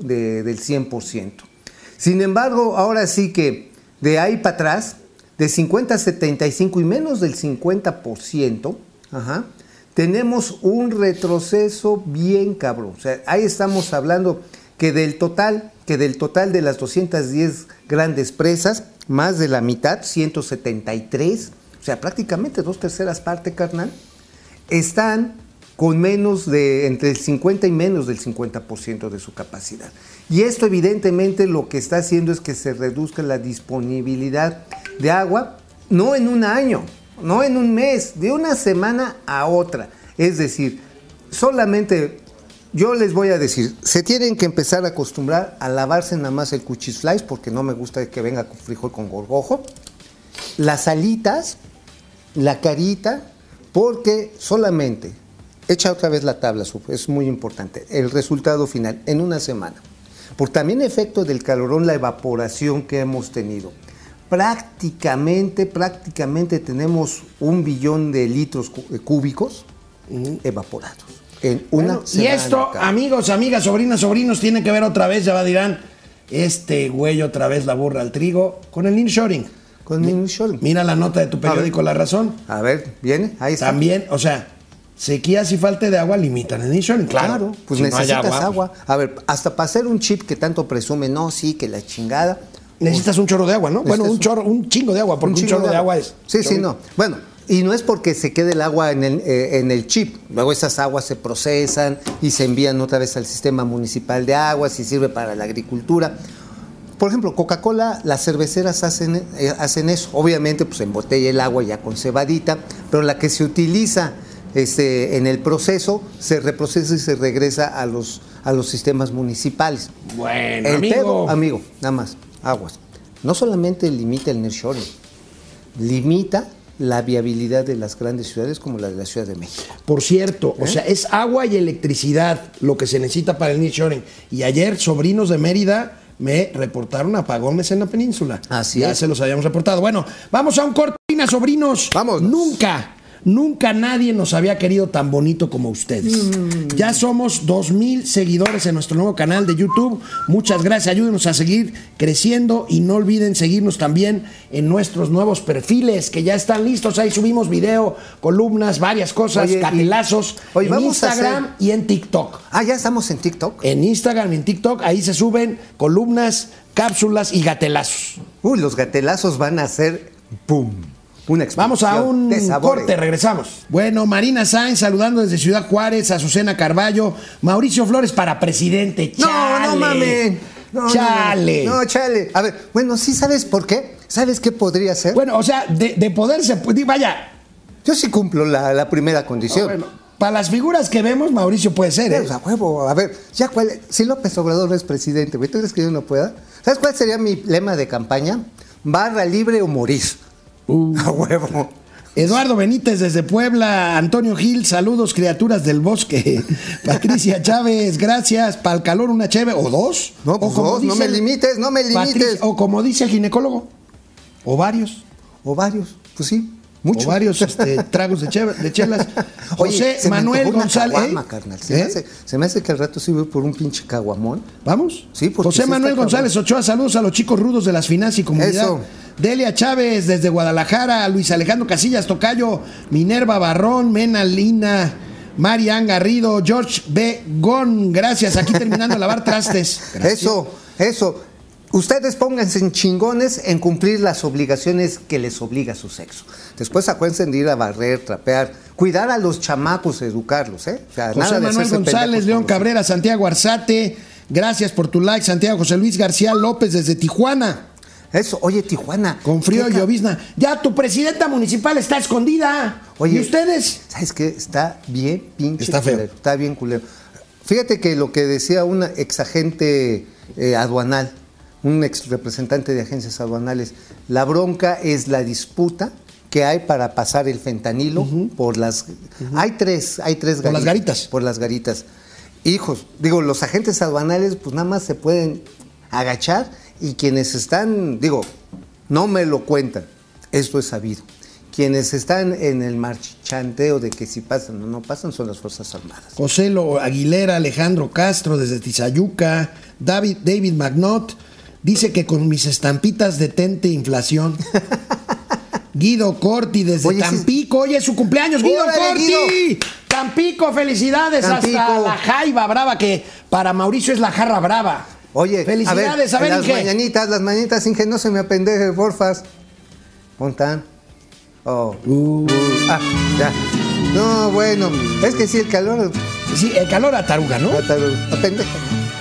100%. Sin embargo, ahora sí que de ahí para atrás, de 50 a 75 y menos del 50%, tenemos un retroceso bien cabrón. O sea, ahí estamos hablando que del total de las 210 grandes presas, más de la mitad, 173, o sea, prácticamente 2/3 partes, carnal, están con menos de, entre el 50 y menos del 50% de su capacidad. Y esto evidentemente lo que está haciendo es que se reduzca la disponibilidad de agua, no en un año, no en un mes, de una semana a otra. Es decir, solamente, yo les voy a decir, se tienen que empezar a acostumbrar a lavarse nada más el cuchiflais, porque no me gusta que venga con frijol con gorgojo, las alitas, la carita, porque solamente, echa otra vez la tabla, es muy importante, el resultado final, en una semana. Por también efecto del calorón, la evaporación que hemos tenido, prácticamente tenemos 1 billón de litros cúbicos evaporados en una semana. Y esto, amigos, amigas, sobrinas, sobrinos, tiene que ver otra vez, ya dirán, este güey otra vez la burra al trigo, con el nearshoring. Con el nearshoring. Mira la nota de tu periódico La Razón. A ver, viene, ahí está. También, o sea, sequías y falta de agua limitan el nearshoring. Claro, pues si necesitas no hay agua. A ver, hasta para hacer un chip que tanto presume, no, sí, que la chingada. Necesitas un chorro de agua, ¿no? Bueno, un chingo de agua, porque un chorro de agua es. Sí, sí, no. Bueno, y no es porque se quede el agua en el chip. Luego esas aguas se procesan y se envían otra vez al sistema municipal de aguas y sirve para la agricultura. Por ejemplo, Coca-Cola, las cerveceras hacen eso. Obviamente, pues embotella el agua ya con cebadita, pero la que se utiliza en el proceso se reprocesa y se regresa a los sistemas municipales. Bueno, amigo, nada más, aguas. No solamente limita el nearshoring, limita la viabilidad de las grandes ciudades como la de la Ciudad de México. Por cierto, o sea, es agua y electricidad lo que se necesita para el nearshoring. Y ayer, sobrinos de Mérida me reportaron apagones en la península. Así ya es. se los habíamos reportado. Bueno, vamos a un corte, sobrinos. Vamos. Nunca nadie nos había querido tan bonito como ustedes. Ya somos 2,000 seguidores en nuestro nuevo canal de YouTube. Muchas gracias, ayúdenos a seguir creciendo y no olviden seguirnos también en nuestros nuevos perfiles que ya están listos. Ahí subimos video, columnas, varias cosas, gatelazos en Instagram y en TikTok. Ah, ya estamos en TikTok. En Instagram y en TikTok, ahí se suben columnas, cápsulas y gatelazos. Uy, los gatelazos van a ser ¡pum! Vamos a un corte, regresamos. Bueno, Marina Sáenz saludando desde Ciudad Juárez, Azucena Carballo, Mauricio Flores para presidente. ¡Chale! No mames. ¡Chale! No, chale. A ver, bueno, ¿sí sabes por qué? ¿Sabes qué podría ser? Bueno, o sea, de poderse, vaya. Yo sí cumplo la primera condición. Bueno, para las figuras que vemos, Mauricio puede ser, ¿eh? O sea, huevo, a ver, ya si López Obrador no es presidente, güey, ¿tú crees que yo no pueda? ¿Sabes cuál sería mi lema de campaña? Barra libre o morir. A huevo. Eduardo Benítez desde Puebla, Antonio Gil, saludos criaturas del bosque. Patricia Chávez, gracias. Para el calor una cheve o dos. No, pues dos, no me limites. O como dice el ginecólogo, o varios. Pues sí, muchos. O varios tragos de chelas. Oye, José Manuel González. Caguama, carnal. Se me hace que al rato sí voy por un pinche caguamón. ¿Vamos? Sí, porque José sí Manuel está González Ochoa, saludos a los chicos rudos de las finanzas y comunidad. Eso. Delia Chávez desde Guadalajara, Luis Alejandro Casillas Tocayo, Minerva Barrón, Mena Lina, Marian Garrido, George B. Gon, gracias, aquí terminando de lavar trastes. Gracias. Eso. Ustedes pónganse en chingones en cumplir las obligaciones que les obliga su sexo. Después acuérdense de ir a barrer, trapear, cuidar a los chamacos, educarlos, ¿eh? O sea, José Manuel González, León Cabrera, Santiago Arzate, gracias por tu like, Santiago. José Luis García López desde Tijuana. Eso, oye, Tijuana. Con frío y llovizna. Ya tu presidenta municipal está escondida. Oye, ¿y ustedes? ¿Sabes qué? Está bien pinche está feo. culero. Está bien culero. Fíjate que lo que decía una exagente aduanal, un ex representante de agencias aduanales, la bronca es la disputa que hay para pasar el fentanilo por las... Hay tres garitas. Por las garitas. Por las garitas. Hijos, digo, los agentes aduanales pues nada más se pueden agachar y quienes están, digo, no me lo cuentan, esto es sabido. Quienes están en el marchanteo de que si pasan o no pasan son las Fuerzas Armadas. José Aguilera, Alejandro Castro desde Tizayuca, David Magnot dice que con mis estampitas detente inflación. Guido Corti desde Tampico, hoy es su cumpleaños, Guido Corti. Guido. Tampico, felicidades. Tampico. Hasta la jaiba brava, que para Mauricio es la jarra brava. Oye, felicidades, a ver las mañanitas, Inge, no se me apendeje, porfas. ¿Montan? Ya. No, bueno, es que sí, el calor. Sí, el calor ataruga, ¿no? Apendeja.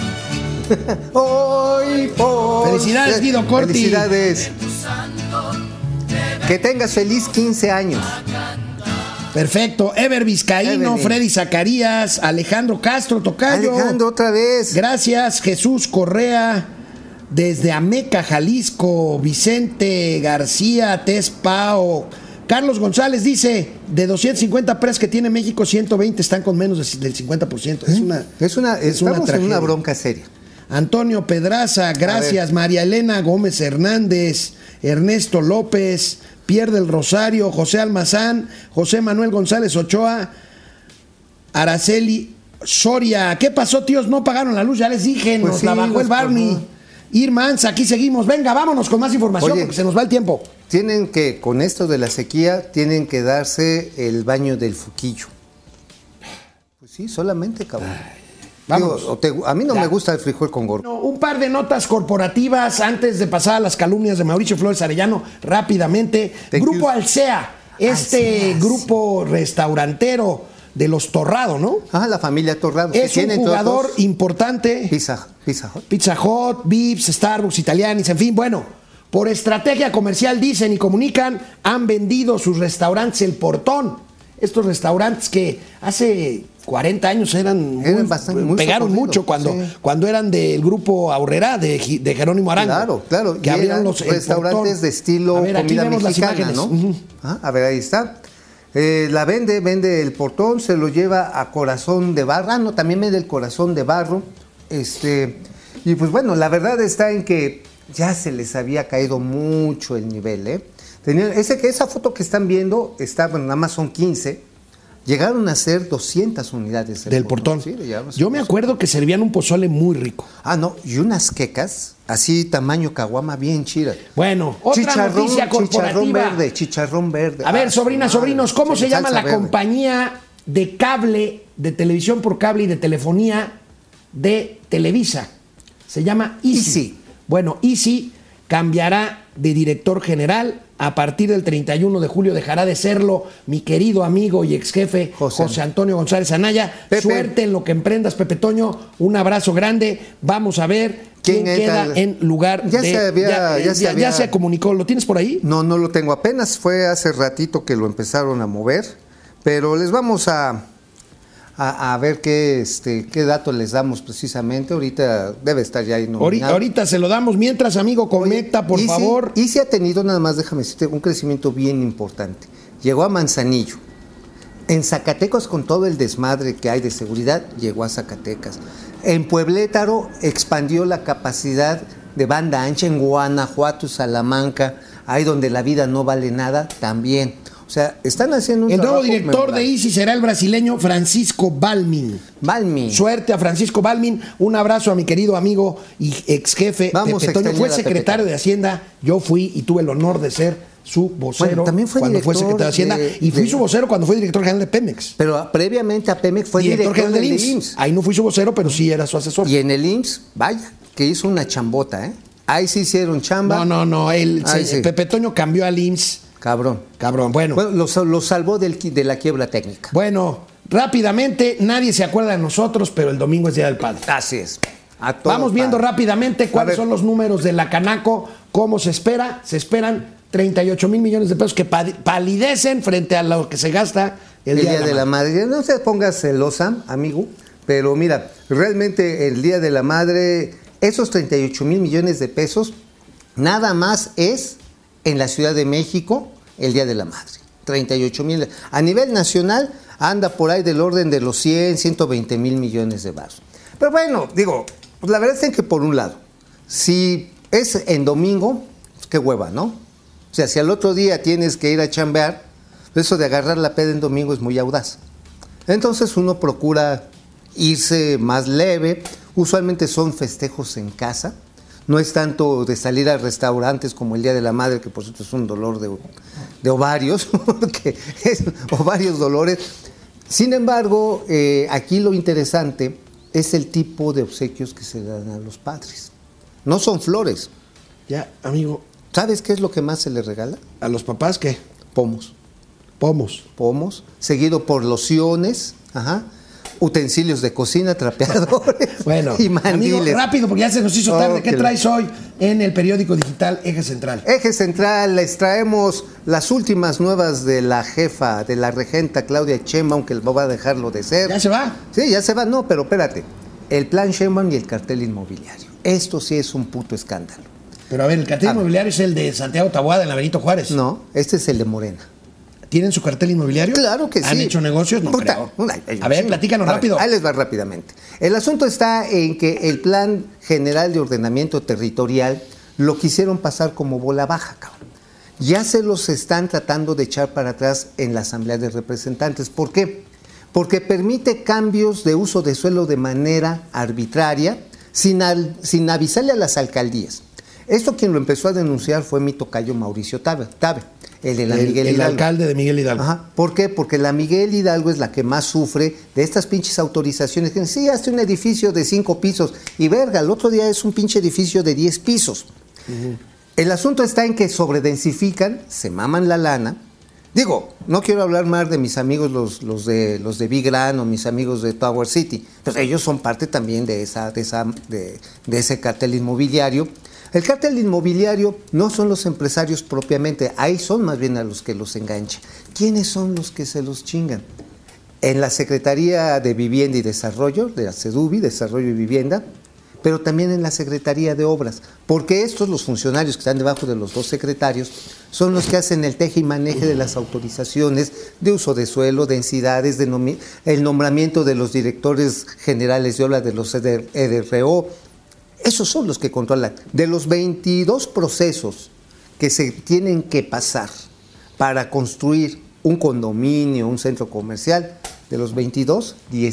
Hoy por... Felicidades, Guido Corti. Felicidades. Que tengas feliz 15 años. Perfecto. Ever Vizcaíno, Freddy Zacarías, Alejandro Castro, Tocayo. Alejandro, otra vez. Gracias, Jesús Correa, desde Ameca, Jalisco, Vicente García, Tespao. Carlos González dice, de 250 presas que tiene México, 120 están con menos del 50%. Estamos en una bronca seria. Antonio Pedraza, gracias. María Elena Gómez Hernández, Ernesto López, Pierre del Rosario, José Almazán, José Manuel González Ochoa, Araceli Soria. ¿Qué pasó, tíos? No pagaron la luz, ya les dije, Pues nos sí, la bajó el Barney. Irmans, aquí seguimos. Venga, vámonos con más información. Oye, porque se nos va el tiempo. Tienen que, con esto de la sequía, tienen que darse el baño del fuquillo. Pues sí, solamente, cabrón. Vamos. A mí no me gusta el frijol con gordo. No, un par de notas corporativas antes de pasar a las calumnias de Mauricio Flores Arellano rápidamente. Thank Grupo you. Alsea, grupo restaurantero de los Torrado, ¿no? La familia Torrado. Es un jugador importante. Pizza Hut. Pizza Hut, Vips, Starbucks, Italianis, en fin, bueno. Por estrategia comercial dicen y comunican, han vendido sus restaurantes El Portón. Estos restaurantes que hace 40 años Eran bastante, muy pegaron socorridos, mucho sí. cuando eran del grupo Aurrera de Jerónimo Arango. Claro. Que Y abrieron eran los El restaurantes Portón. de estilo A ver, aquí comida vemos las mexicana, imágenes. ¿no? Ujú. A ver, ahí está. La vende El Portón, se lo lleva a Corazón de Barra. No, también vende el Corazón de Barro. Y pues bueno, la verdad está en que ya se les había caído mucho el nivel, ¿eh? Esa foto que están viendo está, bueno, nada más son 15. Llegaron a ser 200 unidades Del Portón. Sí, Yo me acuerdo que servían un pozole muy rico. No, y unas quecas, así tamaño caguama, bien chidas. Bueno, otra noticia corporativa. Chicharrón verde. A ver, sobrinas, sobrinos, ¿cómo se llama la verde. compañía de cable, de televisión por cable y de telefonía de Televisa? Se llama Easy. Bueno, Easy cambiará de director general. A partir del 31 de julio dejará de serlo mi querido amigo y ex jefe José Antonio González Anaya. Pepe. Suerte en lo que emprendas, Pepe Toño. Un abrazo grande. Vamos a ver quién queda en lugar ya se comunicó. ¿Lo tienes por ahí? No lo tengo. Apenas fue hace ratito que lo empezaron a mover. Pero les vamos a ver qué datos les damos precisamente. Ahorita debe estar ya ahí nominado. Ahorita se lo damos. Mientras, amigo, comenta, por favor. Y sí ha tenido, nada más déjame decirte, un crecimiento bien importante. Llegó a Manzanillo. En Zacatecas, con todo el desmadre que hay de seguridad, llegó a Zacatecas. En Pueblétaro expandió la capacidad de banda ancha. En Guanajuato, Salamanca, ahí donde la vida no vale nada, también. O sea, están haciendo un trabajo. El nuevo director de Easy será el brasileño Francisco Balmin. Suerte a Francisco Balmin. Un abrazo a mi querido amigo y ex jefe Pepe Toño. Fue secretario de Hacienda. Yo fui y tuve el honor de ser su vocero. Bueno, también fue cuando fue secretario de Hacienda. Y fui su vocero cuando fue director general de Pemex. Pero previamente a Pemex fue director general del IMSS. Ahí no fui su vocero, pero sí era su asesor. Y en el IMSS, vaya, que hizo una chambota, ¿eh? Ahí sí hicieron chamba. No. Pepe Toño cambió al IMSS. Cabrón, bueno. Lo salvó de la quiebra técnica. Bueno, rápidamente, nadie se acuerda de nosotros, pero el domingo es Día del Padre. Así es. Vamos viendo rápidamente cuáles son los números de la Canaco, cómo se espera. Se esperan 38 mil millones de pesos que palidecen frente a lo que se gasta el Día de la Madre. No se ponga celosa, amigo, pero mira, realmente el Día de la Madre, esos 38 mil millones de pesos, nada más es en la Ciudad de México el Día de la Madre. 38 mil. A nivel nacional anda por ahí del orden de los 100, 120 mil millones de varos. Pero bueno, digo, pues la verdad es que por un lado, si es en domingo, pues qué hueva, ¿no? O sea, si al otro día tienes que ir a chambear, eso de agarrar la peda en domingo es muy audaz. Entonces uno procura irse más leve. Usualmente son festejos en casa. No es tanto de salir a restaurantes como el Día de la Madre, que por cierto es un dolor de ovarios, porque o varios dolores. Sin embargo, aquí lo interesante es el tipo de obsequios que se dan a los padres. No son flores. Ya, amigo. ¿Sabes qué es lo que más se les regala? ¿A los papás qué? Pomos. Pomos. Seguido por lociones, utensilios de cocina, trapeadores y mandiles. Amigo, rápido, porque ya se nos hizo tarde. ¿Qué traes hoy en el periódico digital Eje Central? Eje Central, les traemos las últimas nuevas de la jefa, de la regenta Claudia Sheinbaum, aunque va a dejarlo de ser. ¿Ya se va? Sí, ya se va. No, pero espérate. El plan Sheinbaum y el cartel inmobiliario. Esto sí es un puto escándalo. Pero a ver, el cartel inmobiliario es el de Santiago Taboada en la Benito Juárez. No, este es el de Morena. ¿Tienen su cartel inmobiliario? Claro que sí. ¿Han hecho negocios? No creo. A ver, platícanos rápido. Ahí les va rápidamente. El asunto está en que el Plan General de Ordenamiento Territorial lo quisieron pasar como bola baja, cabrón. Ya se los están tratando de echar para atrás en la Asamblea de Representantes. ¿Por qué? Porque permite cambios de uso de suelo de manera arbitraria, sin avisarle a las alcaldías. Esto quien lo empezó a denunciar fue mi tocayo Mauricio Tabe, el de la Miguel Hidalgo. El alcalde de Miguel Hidalgo. Ajá. ¿Por qué? Porque la Miguel Hidalgo es la que más sufre de estas pinches autorizaciones. Que sí, hazte un edificio de 5 pisos y verga, el otro día es un pinche edificio de 10 pisos. El asunto está en que sobredensifican, se maman la lana. Digo, no quiero hablar más de mis amigos los de Big Gran o mis amigos de Tower City, pues ellos son parte también de ese cartel inmobiliario. El cártel inmobiliario no son los empresarios propiamente, ahí son más bien a los que los enganchan. ¿Quiénes son los que se los chingan? En la Secretaría de Vivienda y Desarrollo, de la SEDUVI, Desarrollo y Vivienda, pero también en la Secretaría de Obras, porque estos, los funcionarios que están debajo de los dos secretarios, son los que hacen el teje y maneje de las autorizaciones de uso de suelo, densidades, el nombramiento de los directores generales de obras de los EDRO. Esos son los que controlan. De los 22 procesos que se tienen que pasar para construir un condominio, un centro comercial, de los 22,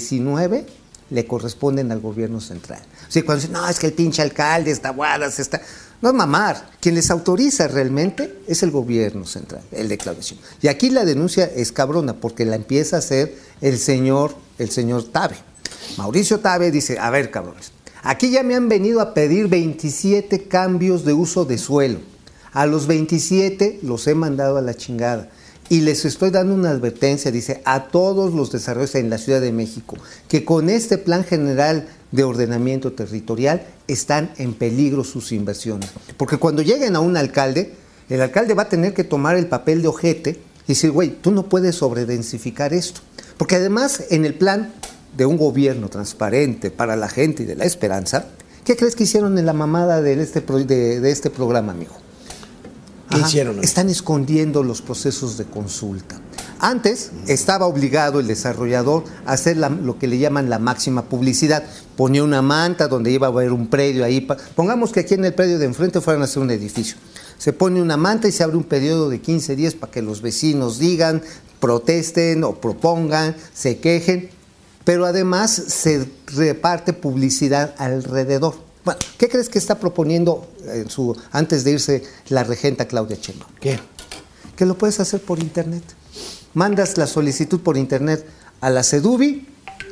19 le corresponden al gobierno central. O sea, cuando dicen, no, es que el pinche alcalde está guadas, está... No es mamar. Quien les autoriza realmente es el gobierno central, el de Claudia Sheinbaum. Y aquí la denuncia es cabrona, porque la empieza a hacer el señor Tabe. Mauricio Tabe dice, a ver, cabrones, aquí ya me han venido a pedir 27 cambios de uso de suelo. A los 27 los he mandado a la chingada. Y les estoy dando una advertencia, dice, a todos los desarrollos en la Ciudad de México, que con este plan general de ordenamiento territorial están en peligro sus inversiones. Porque cuando lleguen a un alcalde, el alcalde va a tener que tomar el papel de ojete y decir, güey, tú no puedes sobredensificar esto. Porque además, en el plan de un gobierno transparente para la gente y de la esperanza, ¿qué crees que hicieron en la mamada de este programa, amigo? ¿Qué hicieron? Están escondiendo los procesos de consulta. Antes estaba obligado el desarrollador a hacer lo que le llaman la máxima publicidad. Ponía una manta donde iba a haber un predio ahí. Pongamos que aquí en el predio de enfrente fueran a hacer un edificio. Se pone una manta y se abre un periodo de 15 días para que los vecinos digan, protesten o propongan, se quejen. Pero además se reparte publicidad alrededor. Bueno, ¿qué crees que está proponiendo antes de irse la regenta Claudia Sheinbaum? ¿Qué? Que lo puedes hacer por internet. Mandas la solicitud por internet a la SEDUVI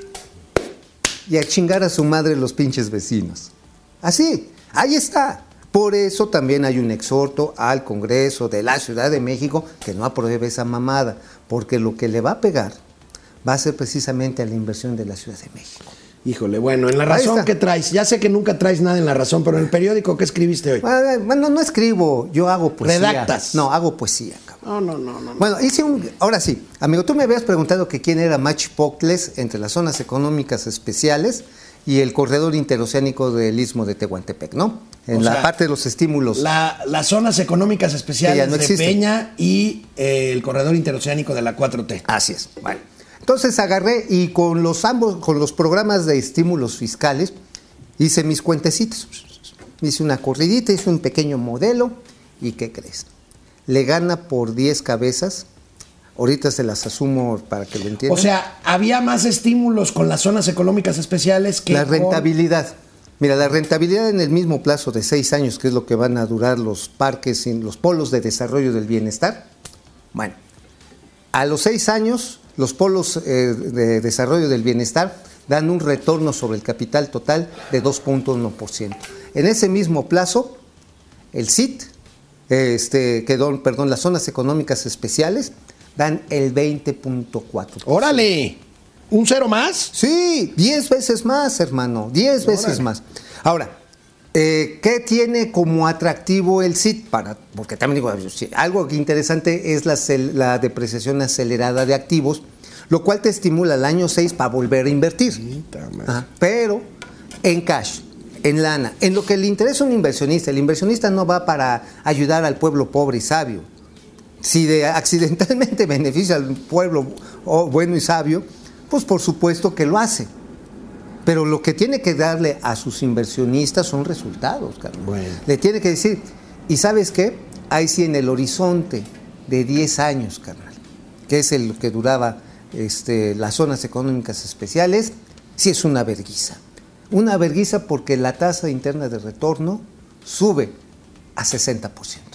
y a chingar a su madre los pinches vecinos. Así, ahí está. Por eso también hay un exhorto al Congreso de la Ciudad de México que no apruebe esa mamada, porque lo que le va a pegar va a ser precisamente a la inversión de la Ciudad de México. Híjole, bueno, en La Razón, ¿qué traes? Ya sé que nunca traes nada en La Razón, pero en el periódico, ¿qué escribiste hoy? Bueno, no escribo, yo hago poesía. ¿Redactas? No, hago poesía, cabrón. No. Bueno, ahora sí, amigo, tú me habías preguntado que quién era Machipocles entre las zonas económicas especiales y el corredor interoceánico del Istmo de Tehuantepec, ¿no? En la parte de los estímulos. Las zonas económicas especiales no de Peña y el corredor interoceánico de la 4T. Así es, vale. Entonces agarré y con los programas de estímulos fiscales hice mis cuentecitos. Hice una corridita, hice un pequeño modelo y ¿qué crees? Le gana por 10 cabezas. Ahorita se las asumo para que lo entiendan. O sea, había más estímulos con las zonas económicas especiales que la rentabilidad. Mira, la rentabilidad en el mismo plazo de 6 años, que es lo que van a durar los parques, los polos de desarrollo del bienestar. Bueno, a los 6 años... Los polos de desarrollo del bienestar dan un retorno sobre el capital total de 2.1%. En ese mismo plazo, el CIT, las zonas económicas especiales, dan el 20.4%. ¡Órale! ¿Un cero más? Sí, 10 veces más, hermano, 10 veces más. Ahora, ¿qué tiene como atractivo el CIT? Porque también digo, algo interesante es la depreciación acelerada de activos, lo cual te estimula al año 6 para volver a invertir. Pero en cash, en lana, en lo que le interesa a un inversionista. El inversionista no va para ayudar al pueblo pobre y sabio. Si accidentalmente beneficia al pueblo bueno y sabio, pues por supuesto que lo hace. Pero lo que tiene que darle a sus inversionistas son resultados, carnal. Bueno. Le tiene que decir, ¿y sabes qué? Ahí sí en el horizonte de 10 años, carnal, que es el que duraba las zonas económicas especiales, sí es una vergüenza. Una vergüenza porque la tasa interna de retorno sube a 60%.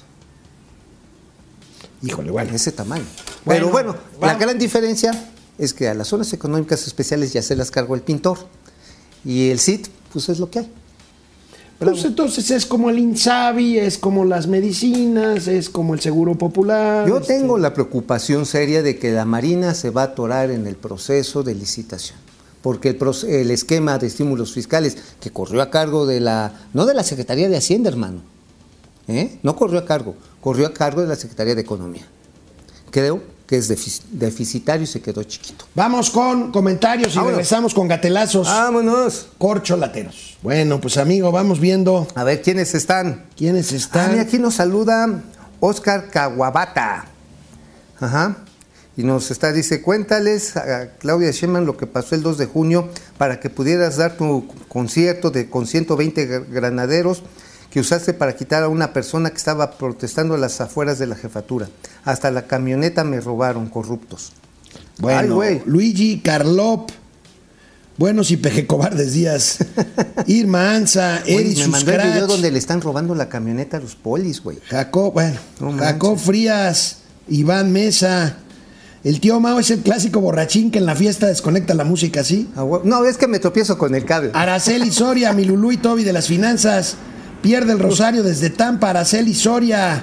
Híjole, bueno. Ese tamaño. Pero bueno, la gran diferencia es que a las zonas económicas especiales ya se las cargó el pintor. Y el CIT, pues es lo que hay. Pues entonces es como el INSABI, es como las medicinas, es como el Seguro Popular. Yo tengo la preocupación seria de que la Marina se va a atorar en el proceso de licitación. Porque el esquema de estímulos fiscales que corrió a cargo no de la Secretaría de Hacienda, hermano. No corrió a cargo de la Secretaría de Economía. Creo que es deficitario y se quedó chiquito. Vamos con comentarios y regresamos con gatelazos. ¡Vámonos! Corcholateros. Bueno, pues amigo, vamos viendo. A ver, ¿quiénes están? Mira, aquí nos saluda Oscar Caguabata. Ajá. Y dice, cuéntales a Claudia Sheinbaum lo que pasó el 2 de junio para que pudieras dar tu concierto con 120 granaderos que usaste para quitar a una persona que estaba protestando a las afueras de la jefatura. Hasta la camioneta me robaron, corruptos. Bueno, Luigi Carlop, Buenos y Pejecobardes Díaz, Irma Anza, Eri Suscrach. Me mandó el video donde le están robando la camioneta a los polis, güey. Jacob Frías, Iván Mesa. El tío Mao es el clásico borrachín que en la fiesta desconecta la música, ¿sí? No, es que me tropiezo con el cable. Araceli Soria, mi Lulú y Toby de las finanzas. Pierde el Rosario desde Tampa, Araceli Soria.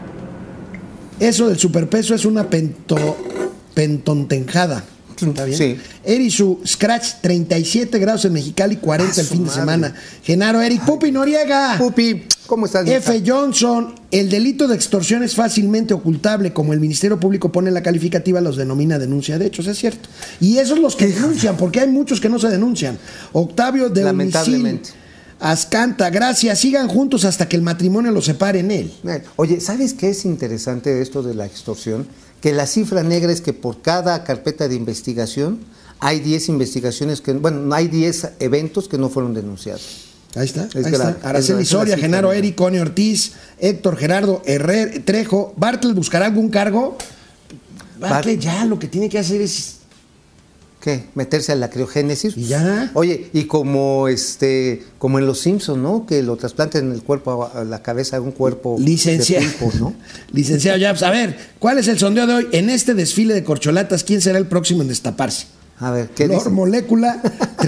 Eso del superpeso es una pentontenjada. ¿Está bien? Sí. Erisu Scratch, 37 grados en Mexicali, 40 el fin de semana. Genaro Eric, Pupi Noriega. Pupi, ¿cómo estás? F. Johnson, el delito de extorsión es fácilmente ocultable. Como el Ministerio Público pone la calificativa, los denomina denuncia de hechos, es cierto. Y esos los que denuncian, porque hay muchos que no se denuncian. Octavio de Lamentablemente. Ascanta, gracias, sigan juntos hasta que el matrimonio los separe en él. Oye, ¿sabes qué es interesante de esto de la extorsión? Que la cifra negra es que por cada carpeta de investigación hay 10 investigaciones hay 10 eventos que no fueron denunciados. Ahí está. Araceli Soria, Genaro Eric, Connie Ortiz, Héctor Gerardo Herrera Trejo. ¿Bartlett buscará algún cargo? Bartlett ya lo que tiene que hacer es... ¿Qué? ¿Meterse a la criogénesis? ¿Y ya? Oye, y como en Los Simpsons, ¿no? Que lo trasplanten en el cuerpo, a la cabeza de un cuerpo licenciado, de pulpo, ¿no? Licenciado Yaps, a ver, ¿cuál es el sondeo de hoy? En este desfile de corcholatas, ¿quién será el próximo en destaparse? A ver, ¿qué Lor dice? Molécula,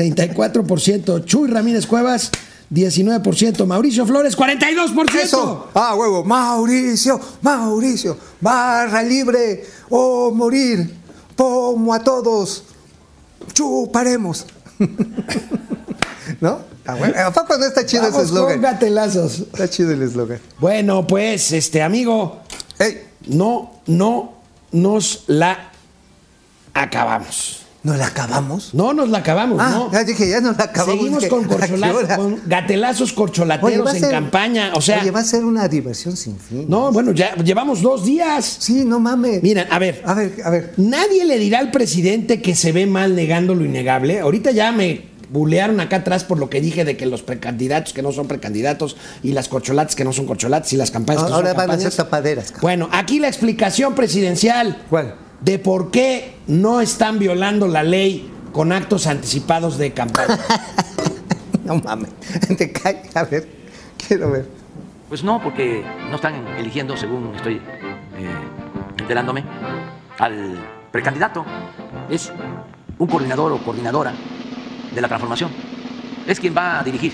34%. Chuy Ramírez Cuevas, 19%. Mauricio Flores, 42%. ¡Eso! ¡Ah, huevo! Mauricio, barra libre o morir, pomo a todos. Chuparemos. ¿No? ¿A poco no está chido ese eslogan? Con gatelazos. Está chido el eslogan. Bueno, pues, amigo, ¡Ey! no nos la acabamos. ¿No la acabamos? No nos la acabamos, no. Ya dije, ya no la acabamos. Seguimos con gatelazos corcholateros en campaña. O sea, oye, va a ser una diversión sin fin. No, bueno, ya llevamos 2 días. Sí, no mames. Mira, a ver. Nadie le dirá al presidente que se ve mal negando lo innegable. Ahorita ya me bulearon acá atrás por lo que dije de que los precandidatos que no son precandidatos y las corcholatas que no son corcholatas y las campañas que no son campañas. Ahora van a ser tapaderas. Cabrón. Bueno, aquí la explicación presidencial. ¿Cuál? De por qué no están violando la ley con actos anticipados de campaña. No mames, te cae. A ver, quiero ver. Pues no, porque no están eligiendo, según estoy enterándome, al precandidato. Es un coordinador o coordinadora de la transformación. Es quien va a dirigir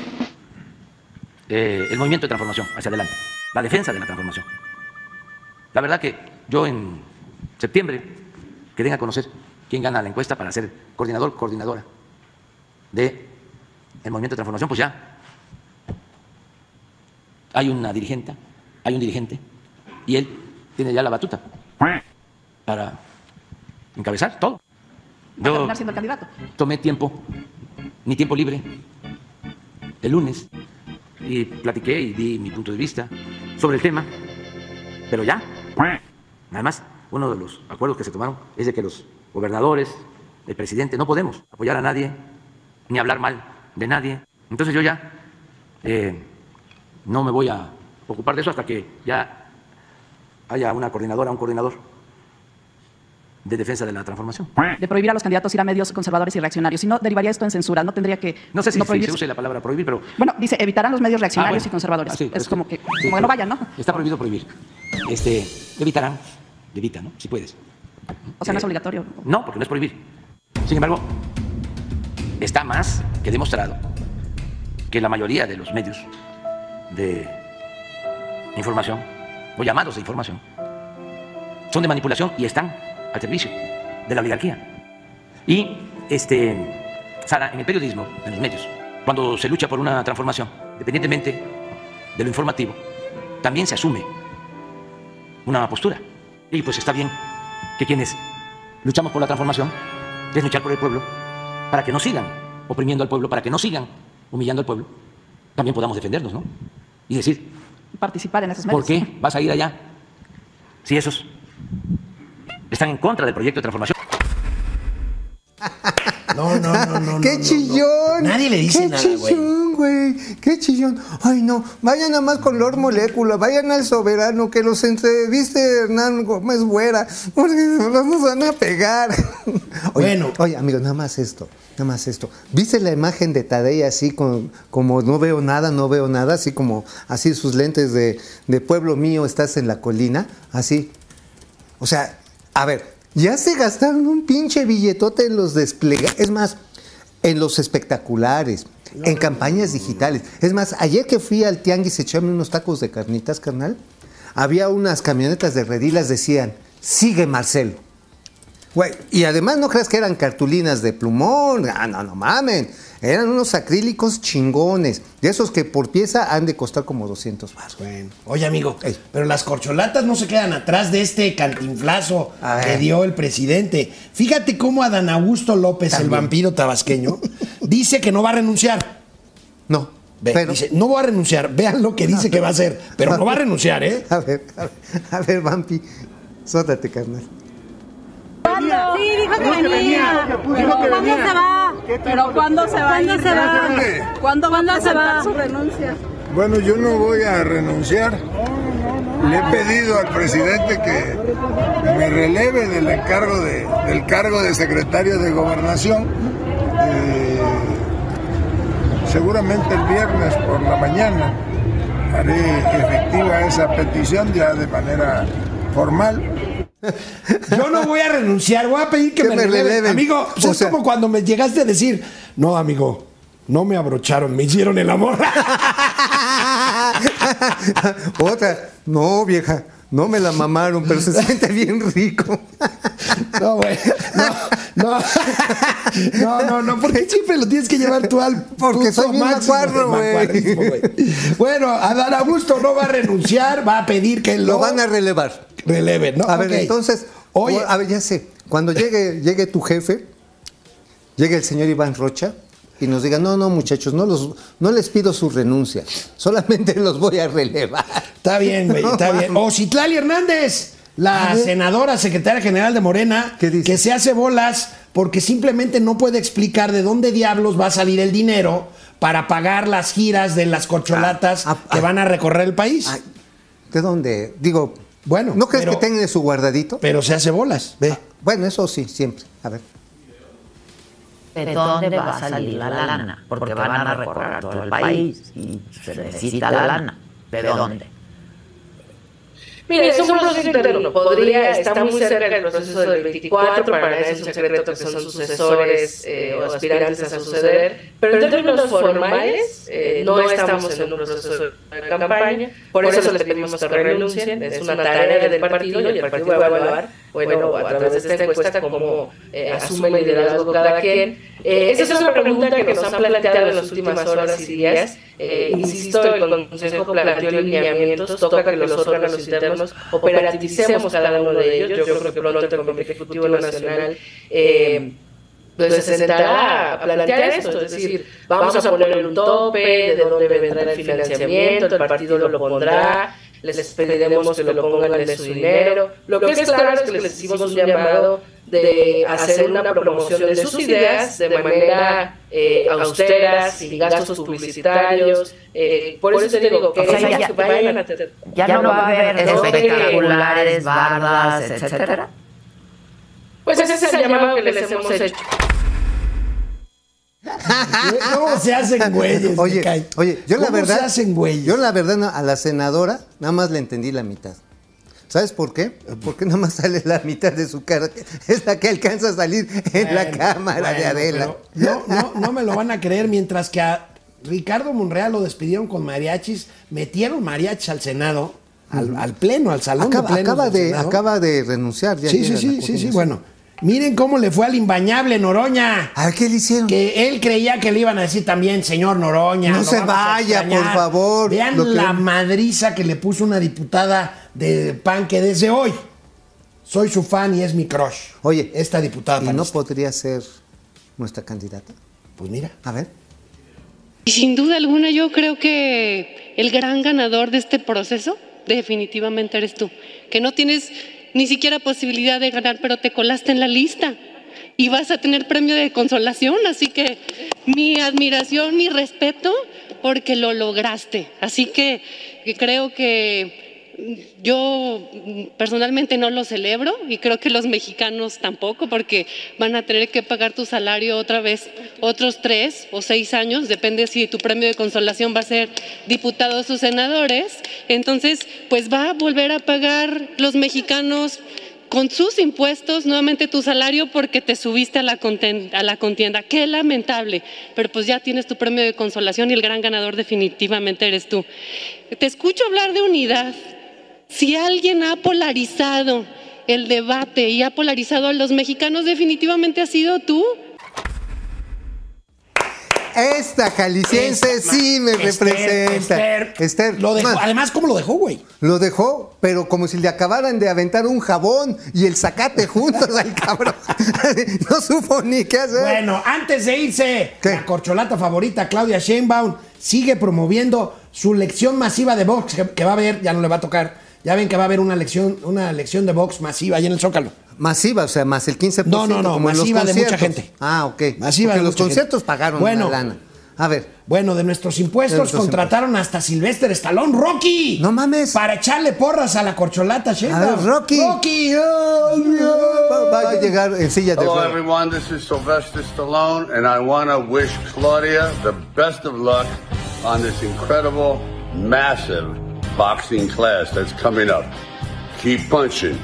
el movimiento de transformación hacia adelante, la defensa de la transformación. La verdad que yo en septiembre, que den a conocer quién gana la encuesta para ser coordinador, coordinadora de el movimiento de transformación, pues ya hay una dirigente, hay un dirigente, y él tiene ya la batuta para encabezar todo. ¿Va a terminar siendo el candidato? Tomé mi tiempo libre, el lunes, y platiqué y di mi punto de vista sobre el tema, pero ya, además, uno de los acuerdos que se tomaron es de que los gobernadores, el presidente, no podemos apoyar a nadie ni hablar mal de nadie. Entonces yo ya no me voy a ocupar de eso hasta que ya haya una coordinadora, un coordinador de defensa de la transformación. De prohibir a los candidatos ir a medios conservadores y reaccionarios. Si no, derivaría esto en censura. No tendría que. No sé si prohibir. se use la palabra prohibir, pero. Bueno, dice, evitarán los medios reaccionarios bueno. y conservadores. Sí, es como que no vayan, ¿no? Está prohibido prohibir. Evitarán, evita, ¿no? Si puedes. O sea, no es obligatorio. No, porque no es prohibir. Sin embargo, está más que demostrado que la mayoría de los medios de información, o llamados de información, son de manipulación y están al servicio de la oligarquía. Y, Sara, en el periodismo, en los medios, cuando se lucha por una transformación, independientemente de lo informativo, también se asume una postura. Y pues está bien que quienes luchamos por la transformación es luchar por el pueblo para que no sigan oprimiendo al pueblo, para que no sigan humillando al pueblo, también podamos defendernos, ¿no? Y decir, participar en esos medios. ¿por qué vas a ir allá si esos están en contra del proyecto de transformación? No. ¡Qué chillón! Nadie le dice nada, güey. ¡Qué chillón, güey! ¡Qué chillón! Ay, no. Vayan nada más con Lord Molécula, vayan al Soberano, que los entreviste Hernán Gómez Güera, porque nos van a pegar. Oye, amigo, nada más esto. ¿Viste la imagen de Tadei así como no veo nada, así como así sus lentes de pueblo mío, estás en la colina? Así. O sea, a ver, ya se gastaron un pinche billetote en los desplegados. Es más, en los espectaculares, en campañas digitales. Es más, ayer que fui al tianguis a echarme unos tacos de carnitas, carnal, había unas camionetas de Redilas, decían, sigue Marcelo. Güey, y además no creas que eran cartulinas de plumón, no mamen, eran unos acrílicos chingones, de esos que por pieza han de costar como 200 baros. Bueno, oye amigo, pero las corcholatas no se quedan atrás de este cantinflazo que dio el presidente. Fíjate cómo Adán Augusto López, el vampiro tabasqueño, dice que no va a renunciar. No. Pero, dice, no voy a renunciar, vean lo que dice que va a hacer, pero no va a renunciar, ¿eh? A ver, vampi, sótate, carnal. ¿Cuándo? Sí, dijo que venía. Pero ¿cuándo se va? ¿Pero cuándo se va? ¿Cuándo se va su renuncia? Bueno, yo no voy a renunciar. Le he pedido al presidente que me releve del cargo de secretario de Gobernación. Seguramente el viernes por la mañana haré efectiva esa petición ya de manera formal. Yo no voy a renunciar, voy a pedir que me releven. Amigo, pues es como cuando me llegaste a decir, no, amigo, no me abrocharon, me hicieron el amor. Otra, no, vieja, no me la mamaron, pero se siente bien rico. No, güey, no, ¿por qué siempre lo tienes que llevar tú al porque soy bien macuarro, güey? Bueno, Adán Augusto no va a renunciar, va a pedir que lo van a relevar. Releven, ¿no? A ver, entonces, oye, a ver, ya sé, cuando llegue tu jefe, llegue el señor Iván Rocha y nos diga, no, muchachos, no les pido su renuncia, solamente los voy a relevar. Está bien, güey, está bien. O Citlali Hernández, la senadora secretaria general de Morena, que se hace bolas porque simplemente no puede explicar de dónde diablos va a salir el dinero para pagar las giras de las corcholatas que van a recorrer el país. ¿De dónde? Digo, bueno, ¿no crees que tenga su guardadito? Pero se hace bolas, ve. Bueno, eso sí, siempre. A ver. ¿De dónde va a salir la lana? Porque van a recorrer todo el país y se necesita la lana. ¿De dónde? Mire, es un proceso interno. Está muy cerca del proceso del 24, para eso es un secreto que son sucesores o aspirantes a suceder. Pero en términos formales, no estamos en un proceso de campaña. Por eso les pedimos que renuncien. Es una tarea del partido y el partido va a evaluar, bueno, a través de esta encuesta, cómo asume el liderazgo cada quien. Esa es una pregunta que nos han planteado en las últimas horas y días. Insisto, el Consejo planteó lineamientos, toca que los órganos internos operativicemos cada uno de ellos. Yo creo que pronto el Comité Ejecutivo Nacional se sentará a plantear esto, es decir, vamos a ponerle un tope, de dónde vendrá el financiamiento, el partido lo pondrá, les pediremos que lo pongan de su dinero. Lo que es claro es que les hicimos un llamado de hacer una promoción de sus ideas de manera austeras, sin gastos publicitarios. Por eso te digo que ya no va a haber espectaculares, bardas, etcétera. Pues ese es el llamado que les hemos hecho. ¿Cómo se hacen güeyes? Oye, yo la verdad, se hacen güeyes? Yo la verdad a la senadora nada más le entendí la mitad. ¿Sabes por qué? Porque nada más sale la mitad de su cara. Es la que alcanza a salir en la cámara de Adela. No me lo van a creer. Mientras que a Ricardo Monreal lo despidieron con mariachis, metieron mariachis al Senado, al pleno, al salón de plenos acaba de renunciar. Ya sí, bueno. Miren cómo le fue al imbañable Noroña. A ver, ¿qué le hicieron? Que él creía que le iban a decir también, señor Noroña. No se vaya, por favor. Vean la madriza que le puso una diputada de PAN que desde hoy soy su fan y es mi crush. Oye, esta diputada panista. ¿Y no podría ser nuestra candidata? Pues mira. A ver. Y sin duda alguna yo creo que el gran ganador de este proceso definitivamente eres tú. Que no tienes ni siquiera posibilidad de ganar, pero te colaste en la lista y vas a tener premio de consolación, así que mi admiración, mi respeto, porque lo lograste. Así que creo que yo personalmente no lo celebro y creo que los mexicanos tampoco, porque van a tener que pagar tu salario otra vez otros 3 o 6 años, depende si tu premio de consolación va a ser diputados o senadores. Entonces, pues va a volver a pagar los mexicanos con sus impuestos nuevamente tu salario porque te subiste a la contienda. Qué lamentable, pero pues ya tienes tu premio de consolación y el gran ganador definitivamente eres tú. Te escucho hablar de unidad. Si alguien ha polarizado el debate y ha polarizado a los mexicanos, definitivamente has sido tú. Esta jalisciense sí me representa. Esther. Lo dejó. Además, ¿cómo lo dejó, güey? Lo dejó, pero como si le acabaran de aventar un jabón y el zacate juntos al cabrón. No supo ni qué hacer. Bueno, antes de irse, la corcholata favorita, Claudia Sheinbaum, sigue promoviendo su lección masiva de box que va a haber, ya no le va a tocar. Ya ven que va a haber una lección de box masiva ahí en el Zócalo. Masiva, o sea, más el 15%. No, masiva de mucha gente. Ah, ok. Masiva porque de los conciertos pagaron una lana. A ver. Bueno, de nuestros impuestos contrataron hasta Sylvester Stallone, Rocky. No mames. Para echarle porras a la corcholata Sheinbaum. A ver, Rocky. Va a llegar en silla de Hello everyone, this is Sylvester Stallone and I want to wish Claudia the best of luck on this incredible, massive boxing class that's coming up. Keep punching.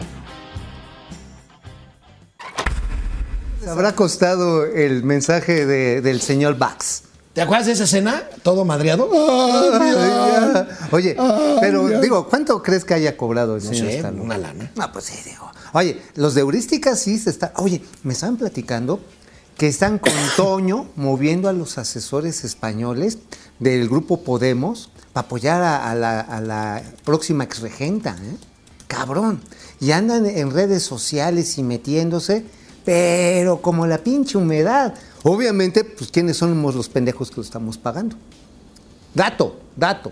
Habrá costado el mensaje del señor Bax. ¿Te acuerdas de esa escena? Todo madreado. Oye, pero digo, ¿cuánto crees que haya cobrado el señor Stallone? Una lana. No, pues sí, digo. Oye, los de heurística sí se están... Oye, me estaban platicando que están con Toño moviendo a los asesores españoles del grupo Podemos para apoyar a la próxima exregenta, ¿eh? Cabrón. Y andan en redes sociales y metiéndose, pero como la pinche humedad. Obviamente, pues, ¿quiénes somos los pendejos que lo estamos pagando? Dato.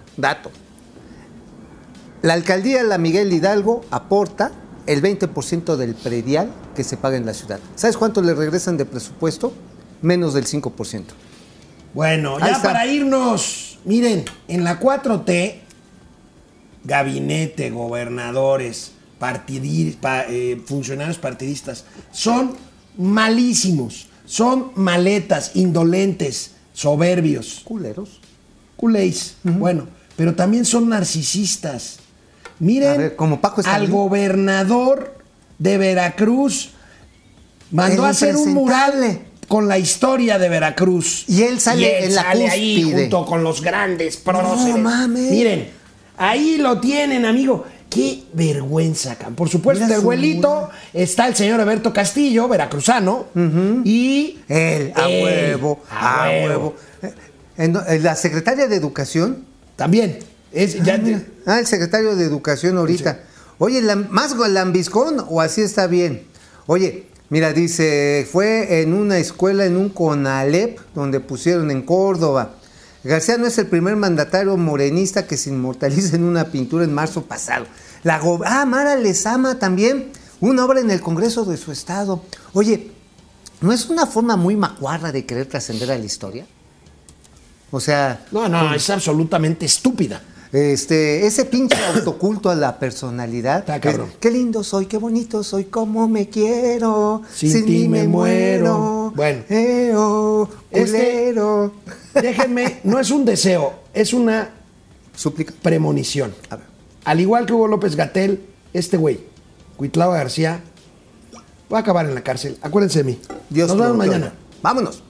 La alcaldía de la Miguel Hidalgo aporta el 20% del predial que se paga en la ciudad. ¿Sabes cuánto le regresan de presupuesto? Menos del 5%. Bueno, ya para irnos, miren, en la 4T, gabinete, gobernadores, funcionarios partidistas, son malísimos, son maletas, indolentes, soberbios. Culéis. Bueno, pero también son narcisistas. Miren, a ver, como Paco al gobernador de Veracruz mandó a hacer un mural con la historia de Veracruz. Y él sale en la cúspide ahí junto con los grandes próceres. No mames. Miren, ahí lo tienen, amigo. Qué vergüenza, por supuesto, el abuelito está el señor Alberto Castillo, veracruzano, y él, a huevo. La secretaria de Educación también. El secretario de Educación ahorita. Sí. Oye, ¿más lambiscón o así está bien? Oye, mira, dice, fue en una escuela, en un CONALEP, donde pusieron en Córdoba. García no es el primer mandatario morenista que se inmortaliza en una pintura en marzo pasado. Mara Lezama también, una obra en el Congreso de su estado. Oye, ¿No es una forma muy macuarra de querer trascender a la historia? O sea... No, es absolutamente estúpida. Ese pinche autoculto a la personalidad. Está cabrón. Qué lindo soy, qué bonito soy, cómo me quiero. Sin ti me muero. Bueno. Culero. Déjenme, no es un deseo, es una súplica, premonición. A ver. Al igual que Hugo López-Gatell, este güey, Cuitlava García, va a acabar en la cárcel. Acuérdense de mí. Dios nos vemos mañana. Vámonos.